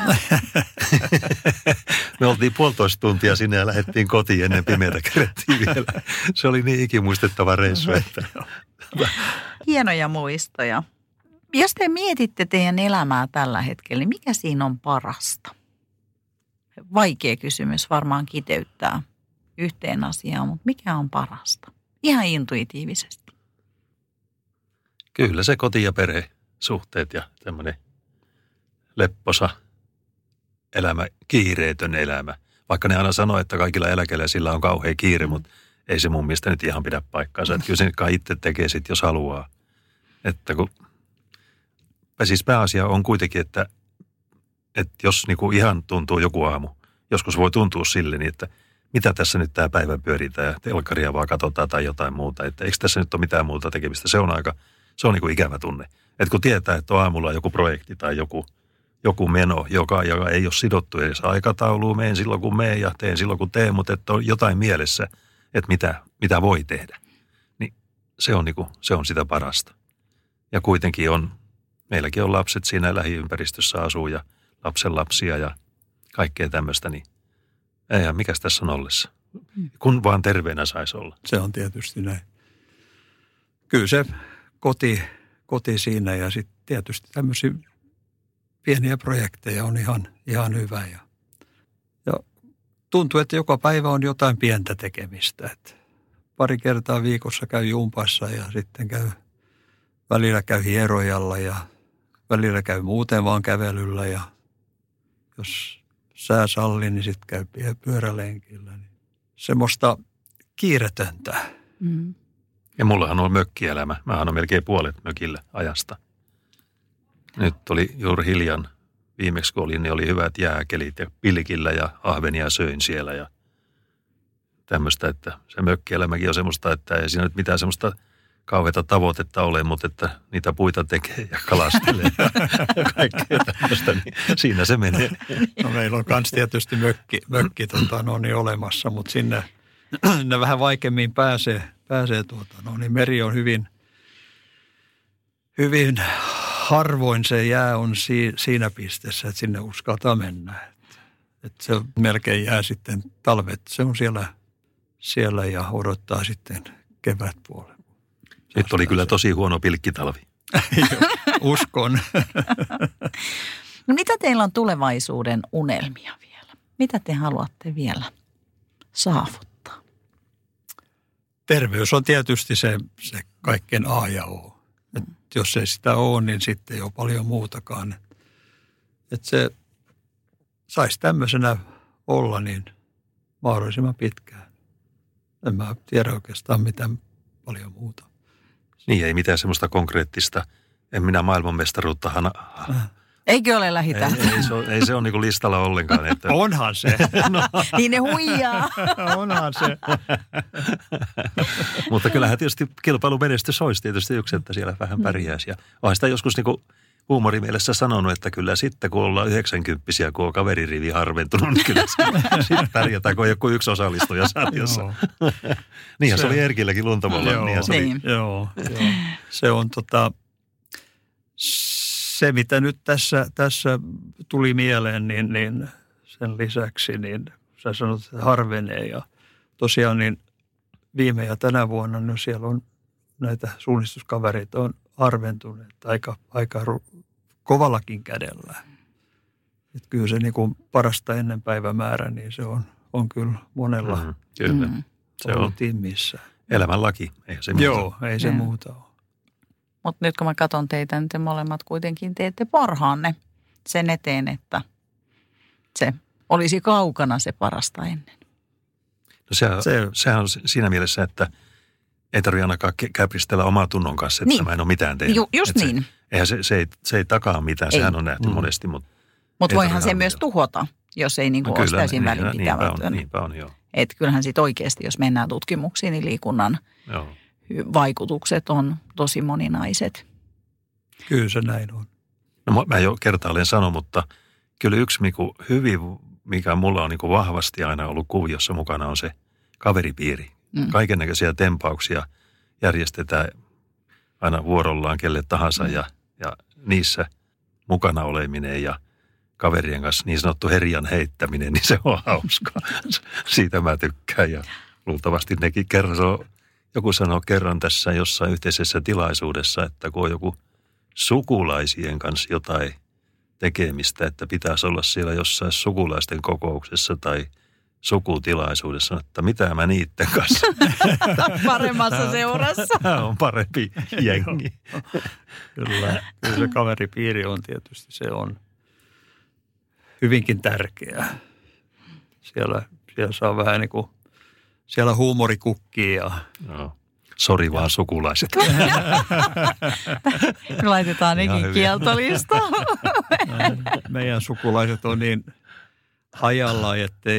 Speaker 4: Me oltiin 1,5 tuntia sinne ja lähdettiin kotiin ennen pimeätä, kerettiin vielä. Se oli niin ikimuistettava reissu, että
Speaker 3: hienoja muistoja. Jos te mietitte teidän elämää tällä hetkellä, niin mikä siinä on parasta? Vaikea kysymys varmaan kiteyttää yhteen asiaan, mutta mikä on parasta? Ihan intuitiivisesti.
Speaker 4: Kyllä se koti- ja perhesuhteet ja tämmöinen lepposa elämä, kiireetön elämä. Vaikka ne aina sanoo, että kaikilla eläkeläisillä on kauhea kiire, mutta ei se mun mielestä nyt ihan pidä paikkaansa. Että kyllä se itse tekee sitten, jos haluaa. Että kun siis pääasia on kuitenkin, että jos niinku ihan tuntuu joku aamu, joskus voi tuntua sille, niin että mitä tässä nyt tämä päivä pyöritään ja telkkaria vaan katsotaan tai jotain muuta. Että eikö tässä nyt ole mitään muuta tekemistä? Se on niin kuin ikävä tunne. Että kun tietää, että on aamulla joku projekti tai joku meno, joka ei ole sidottu edes aikatauluun, meen silloin kun meen ja teen silloin kun teen, mutta että on jotain mielessä, että mitä voi tehdä. Niin se on sitä parasta. Ja kuitenkin meilläkin on lapset siinä lähiympäristössä asuu ja lapsenlapsia ja kaikkea tämmöistä, niin eihän mikäs tässä on ollessa. Kun vaan terveenä saisi olla.
Speaker 5: Se on tietysti näin. Kyllä se koti siinä ja sitten tietysti tämmöisiä pieniä projekteja on ihan hyvä. Ja tuntuu, että joka päivä on jotain pientä tekemistä. Että pari kertaa viikossa käy jumpassa ja sitten välillä käy hierojalla ja välillä käy muuten vaan kävelyllä ja jos sää salli, niin sitten käy pyörälenkillä. Semmoista kiiretöntä.
Speaker 3: Mm.
Speaker 4: Ja mullahan on mökkielämä. Mähän on melkein puolet mökillä ajasta. Nyt oli juuri hiljan, viimeksi kun olin, niin oli hyvät jääkelit ja pilkillä ja ahvenia söin siellä ja tämmöistä, että se mökkielämäkin on semmoista, että ei siinä nyt mitään semmoista kauheata tavoitetta ole, mutta että niitä puita tekee ja kalastelee ja kaikkea tämmöistä, niin siinä se menee.
Speaker 5: No meillä on myös tietysti mökki niin olemassa, mutta sinne vähän vaikeammin pääsee niin meri on hyvin harvoin se jää on siinä pisteessä, että sinne uskaltaa mennä. Että se melkein jää sitten talvet, se on siellä ja odottaa sitten kevätpuolella.
Speaker 4: Nyt oli kyllä tosi huono pilkkitalvi.
Speaker 5: Uskon.
Speaker 3: No mitä teillä on tulevaisuuden unelmia vielä? Mitä te haluatte vielä saavuttaa?
Speaker 5: Terveys on tietysti se kaikkein A ja O. Et jos ei sitä ole, niin sitten ei ole paljon muutakaan. Että se saisi tämmöisenä olla niin mahdollisimman pitkään. En mä tiedä oikeastaan mitään paljon muuta.
Speaker 4: Niin, ei mitään semmoista konkreettista. En minä maailmanmestaruuttahan.
Speaker 3: Eikö ole lähitähti?
Speaker 4: Ei se ole niin kuin listalla ollenkaan. Että...
Speaker 5: Onhan se.
Speaker 3: No. Niin ne huijaa.
Speaker 5: Onhan se.
Speaker 4: Mutta kyllähän tietysti kilpailumenestys olisi tietysti yksi, että siellä vähän pärjäisi. Ja olen sitä joskus niin kuin huumorimielessä sanonut, että kyllä sitten kun ollaan 90-vuotiaita, kun on kaveririvi harventunut, niin kyllä sitten pärjätään, kun joku yksi osallistuja sarjassa. Niinhän se oli Erkilläkin Luntamolla.
Speaker 3: Niin.
Speaker 5: Joo. Se on se, mitä nyt tässä tuli mieleen, niin sen lisäksi, niin sä sanot, että harvenee. Ja tosiaan niin viime ja tänä vuonna niin siellä on näitä suunnistuskavereita on harventuneet aika kovallakin kädellä. Että kyllä se niin kuin parasta ennen päivämäärä, niin se on kyllä monella
Speaker 4: kyllä. Se on
Speaker 5: timmissä.
Speaker 4: Elämänlaki, eihän se muuta.
Speaker 5: Joo, ei se muuta ole.
Speaker 3: Mutta nyt kun mä katson teitä, niin te molemmat kuitenkin teette parhaanne sen eteen, että se olisi kaukana se parasta ennen. No
Speaker 4: sehän on siinä mielessä, että ei tarvitse ainakaan käpristellä omaa tunnon kanssa, että mä en ole mitään tehnyt.
Speaker 3: Just niin.
Speaker 4: Se ei takaa mitään, sehän on nähty monesti.
Speaker 3: Mutta voihan se myös tuhota, jos ei niinku ole täysin välinpitämätön.
Speaker 4: Niinpä on, joo.
Speaker 3: Että kyllähän sitten oikeasti, jos mennään tutkimuksiin, niin liikunnan vaikutukset on tosi moninaiset.
Speaker 5: Kyllä se näin on.
Speaker 4: No mä jo kertaalleen sanon, mutta kyllä yksi mikä mulla on vahvasti aina ollut kuviossa mukana on se kaveripiiri. Kaikennäköisiä tempauksia järjestetään aina vuorollaan kelle tahansa ja niissä mukana oleminen ja kaverien kanssa niin sanottu herjan heittäminen, niin se on hauskaa. Siitä mä tykkään ja luultavasti nekin joku sanoo kerran tässä jossain yhteisessä tilaisuudessa, että kun on joku sukulaisien kanssa jotain tekemistä, että pitäisi olla siellä jossain sukulaisten kokouksessa tai sukutilaisuudessa, että mitä mä niitten kanssa.
Speaker 3: Paremmassa seurassa.
Speaker 4: Tämä on parempi jengi.
Speaker 5: Kyllä se kaveripiiri on tietysti, se on hyvinkin tärkeää. Siellä saa vähän niin kuin, siellä huumori kukkii ja...
Speaker 4: No. Sori vaan sukulaiset.
Speaker 3: Laitetaan nekin kieltolistaan.
Speaker 5: Meidän sukulaiset on niin hajalla, että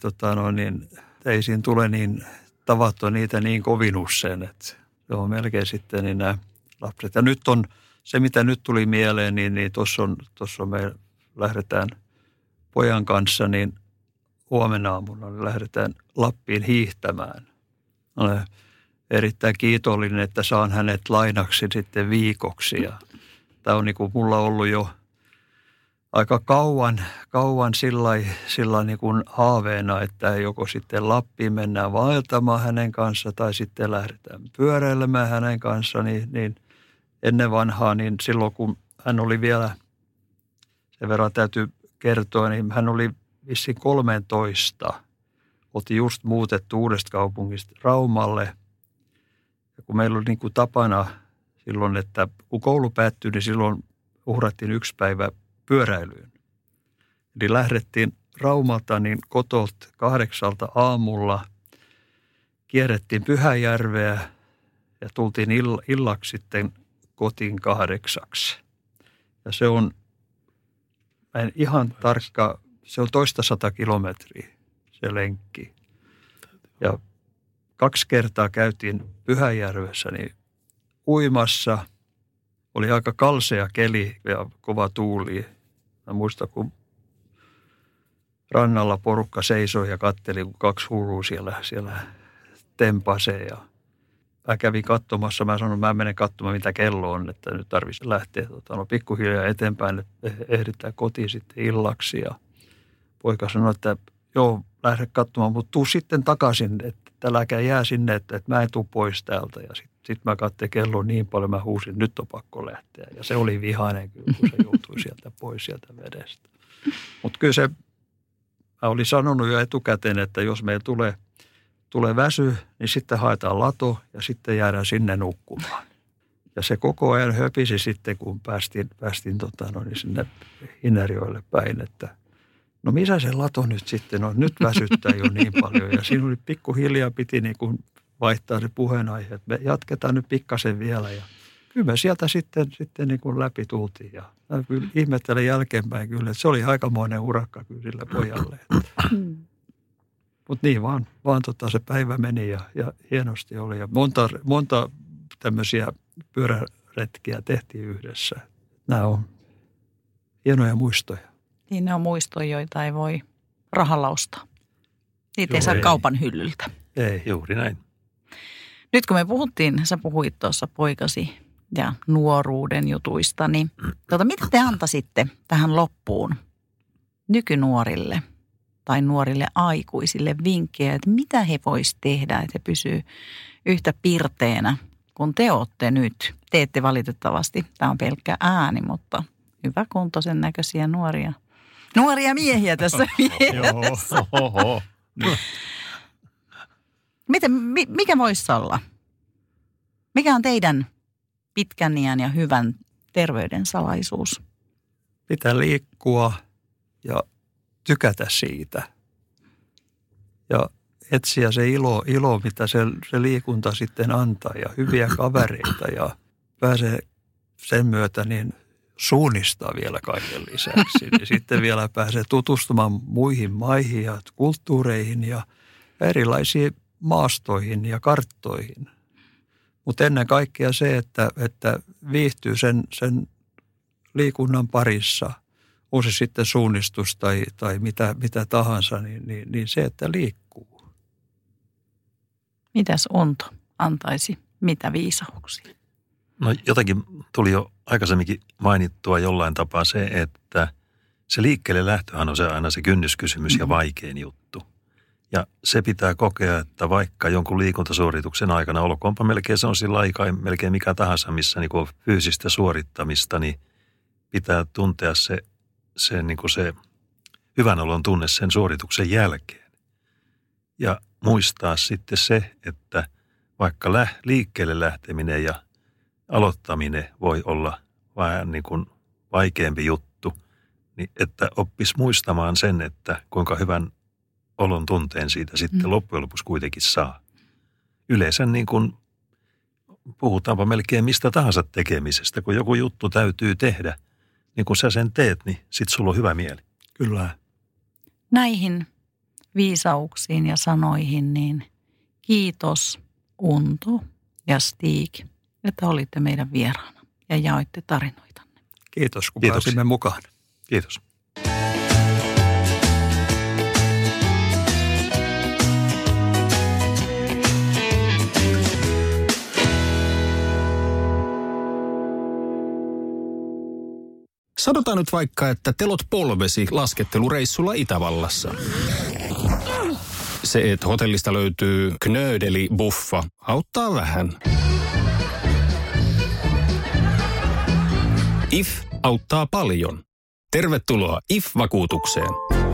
Speaker 5: ei siinä tule niin tavattua niitä niin kovin usein, että se on melkein sitten niin nämä lapset. Ja nyt on se, mitä nyt tuli mieleen, niin tuossa me lähdetään pojan kanssa, niin huomenna aamuna lähdetään Lappiin hiihtämään. Olen erittäin kiitollinen, että saan hänet lainaksi sitten viikoksi. Ja tämä on niin kuin mulla ollut jo aika kauan sillä niin kuin haaveena, että joko sitten Lappiin mennään vaeltamaan hänen kanssa tai sitten lähdetään pyöräilemään hänen kanssa, niin ennen vanhaa, niin silloin kun hän oli vielä, sen verran täytyy kertoa, niin hän oli vissiin 13. Oltiin just muutettu Uudestakaupungista Raumalle. Ja kun meillä oli niin kuin tapana silloin, että kun koulu päättyi, niin silloin uhrattiin 1 päivä pyöräilyyn. Eli lähdettiin Raumalta niin kotolta 8 aamulla, kierrettiin Pyhäjärveä ja tultiin illaksi sitten kotiin 8. Ja se on, mä en ihan tarkka, se on 200 kilometriä se lenkki. Ja 2 kertaa käytiin Pyhäjärvessä niin uimassa. Oli aika kalsea keli ja kova tuuli. Mä muistan, kun rannalla porukka seisoi ja katteli, kun 2 hullua siellä tempasee. Ja mä kävin katsomassa, mä sanoin, että mä menen katsomaan, mitä kello on, että nyt tarvitsisi lähteä pikkuhiljaa eteenpäin, että ehditään kotiin sitten illaksi. Ja poika sanoi, että joo, lähde katsomaan, mutta tuu sitten takaisin, että äläkä jää sinne, että mä en tuu pois täältä. Ja sitten mä katsoin kelloa niin paljon, mä huusin, nyt on pakko lähteä. Ja se oli vihainen kyllä, kun se joutui sieltä pois sieltä vedestä. Mutta kyllä se, mä olin sanonut jo etukäteen, että jos meillä tulee väsy, niin sitten haetaan lato ja sitten jäädään sinne nukkumaan. Ja se koko ajan höpisi sitten, kun päästiin sinne Hinnerjoelle päin, että no missä se lato nyt sitten on? Nyt väsyttää jo niin paljon. Ja siinä oli pikkuhiljaa piti niin kuin vaihtaa se puheenaihe, että me jatketaan nyt pikkasen vielä. Ja kyllä me sieltä sitten niin kuin läpi tultiin. Ja mä kyllä ihmettelen jälkeenpäin kyllä, että se oli aikamoinen urakka kyllä sille pojalle. Mutta niin vaan se päivä meni ja hienosti oli. Ja monta tämmöisiä pyöräretkiä tehtiin yhdessä. Nämä on hienoja muistoja.
Speaker 3: Niin ne on muistoja, joita ei voi rahalla ostaa. Niitä ei saa kaupan hyllyltä.
Speaker 4: Ei, juuri näin.
Speaker 3: Nyt kun me puhuttiin, sä puhuit tuossa poikasi ja nuoruuden jutuista, niin mitä te antaisitte tähän loppuun nykynuorille tai nuorille aikuisille vinkkejä, että mitä he vois tehdä, että he pysyy yhtä pirteänä kuin te olette nyt. Te ette valitettavasti, tämä on pelkkä ääni, mutta hyväkuntoisen näköisiä nuoria miehiä tässä vieressä. Mikä voisi olla? Mikä on teidän pitkän iän ja hyvän terveyden salaisuus?
Speaker 5: Pitää liikkua ja tykätä siitä. Ja etsiä se ilo mitä se liikunta sitten antaa ja hyviä kavereita ja pääsee sen myötä niin suunnistaa vielä kaiken lisäksi. Ja sitten vielä pääsee tutustumaan muihin maihin ja kulttuureihin ja erilaisiin maastoihin ja karttoihin. Mutta ennen kaikkea se, että viihtyy sen liikunnan parissa, on se sitten suunnistus tai mitä tahansa, niin se, että liikkuu.
Speaker 3: Mitäs Onto antaisi? Mitä viisauksia?
Speaker 4: No jotenkin tuli jo aikaisemminkin mainittua jollain tapaa se, että se liikkeelle lähtöhän on se aina se kynnyskysymys ja vaikein juttu. Ja se pitää kokea, että vaikka jonkun liikuntasuorituksen aikana, olkoonpa melkein se on sillä aikaa, melkein mikä tahansa, missä niin kuin fyysistä suorittamista, niin pitää tuntea se hyvän olon tunne sen suorituksen jälkeen. Ja muistaa sitten se, että vaikka liikkeelle lähteminen ja aloittaminen voi olla vähän niin kuin vaikeampi juttu, niin että oppisi muistamaan sen, että kuinka hyvän olon tunteen siitä sitten loppujen lopuksi kuitenkin saa. Yleensä niin kuin puhutaanpa melkein mistä tahansa tekemisestä, kun joku juttu täytyy tehdä, niin kun sä sen teet, niin sit sulla on hyvä mieli.
Speaker 5: Kyllä.
Speaker 3: näihin viisauksiin ja sanoihin, niin kiitos Unto ja Stig, että olitte meidän vieraana ja jaoitte tarinoitanne.
Speaker 5: Kiitos, kun pääsimme mukaan.
Speaker 4: Kiitos.
Speaker 1: Sanotaan nyt vaikka, että telot polvesi laskettelureissulla Itävallassa. Se, että hotellista löytyy knöydeli-buffa, auttaa vähän. IF auttaa paljon. Tervetuloa IF-vakuutukseen.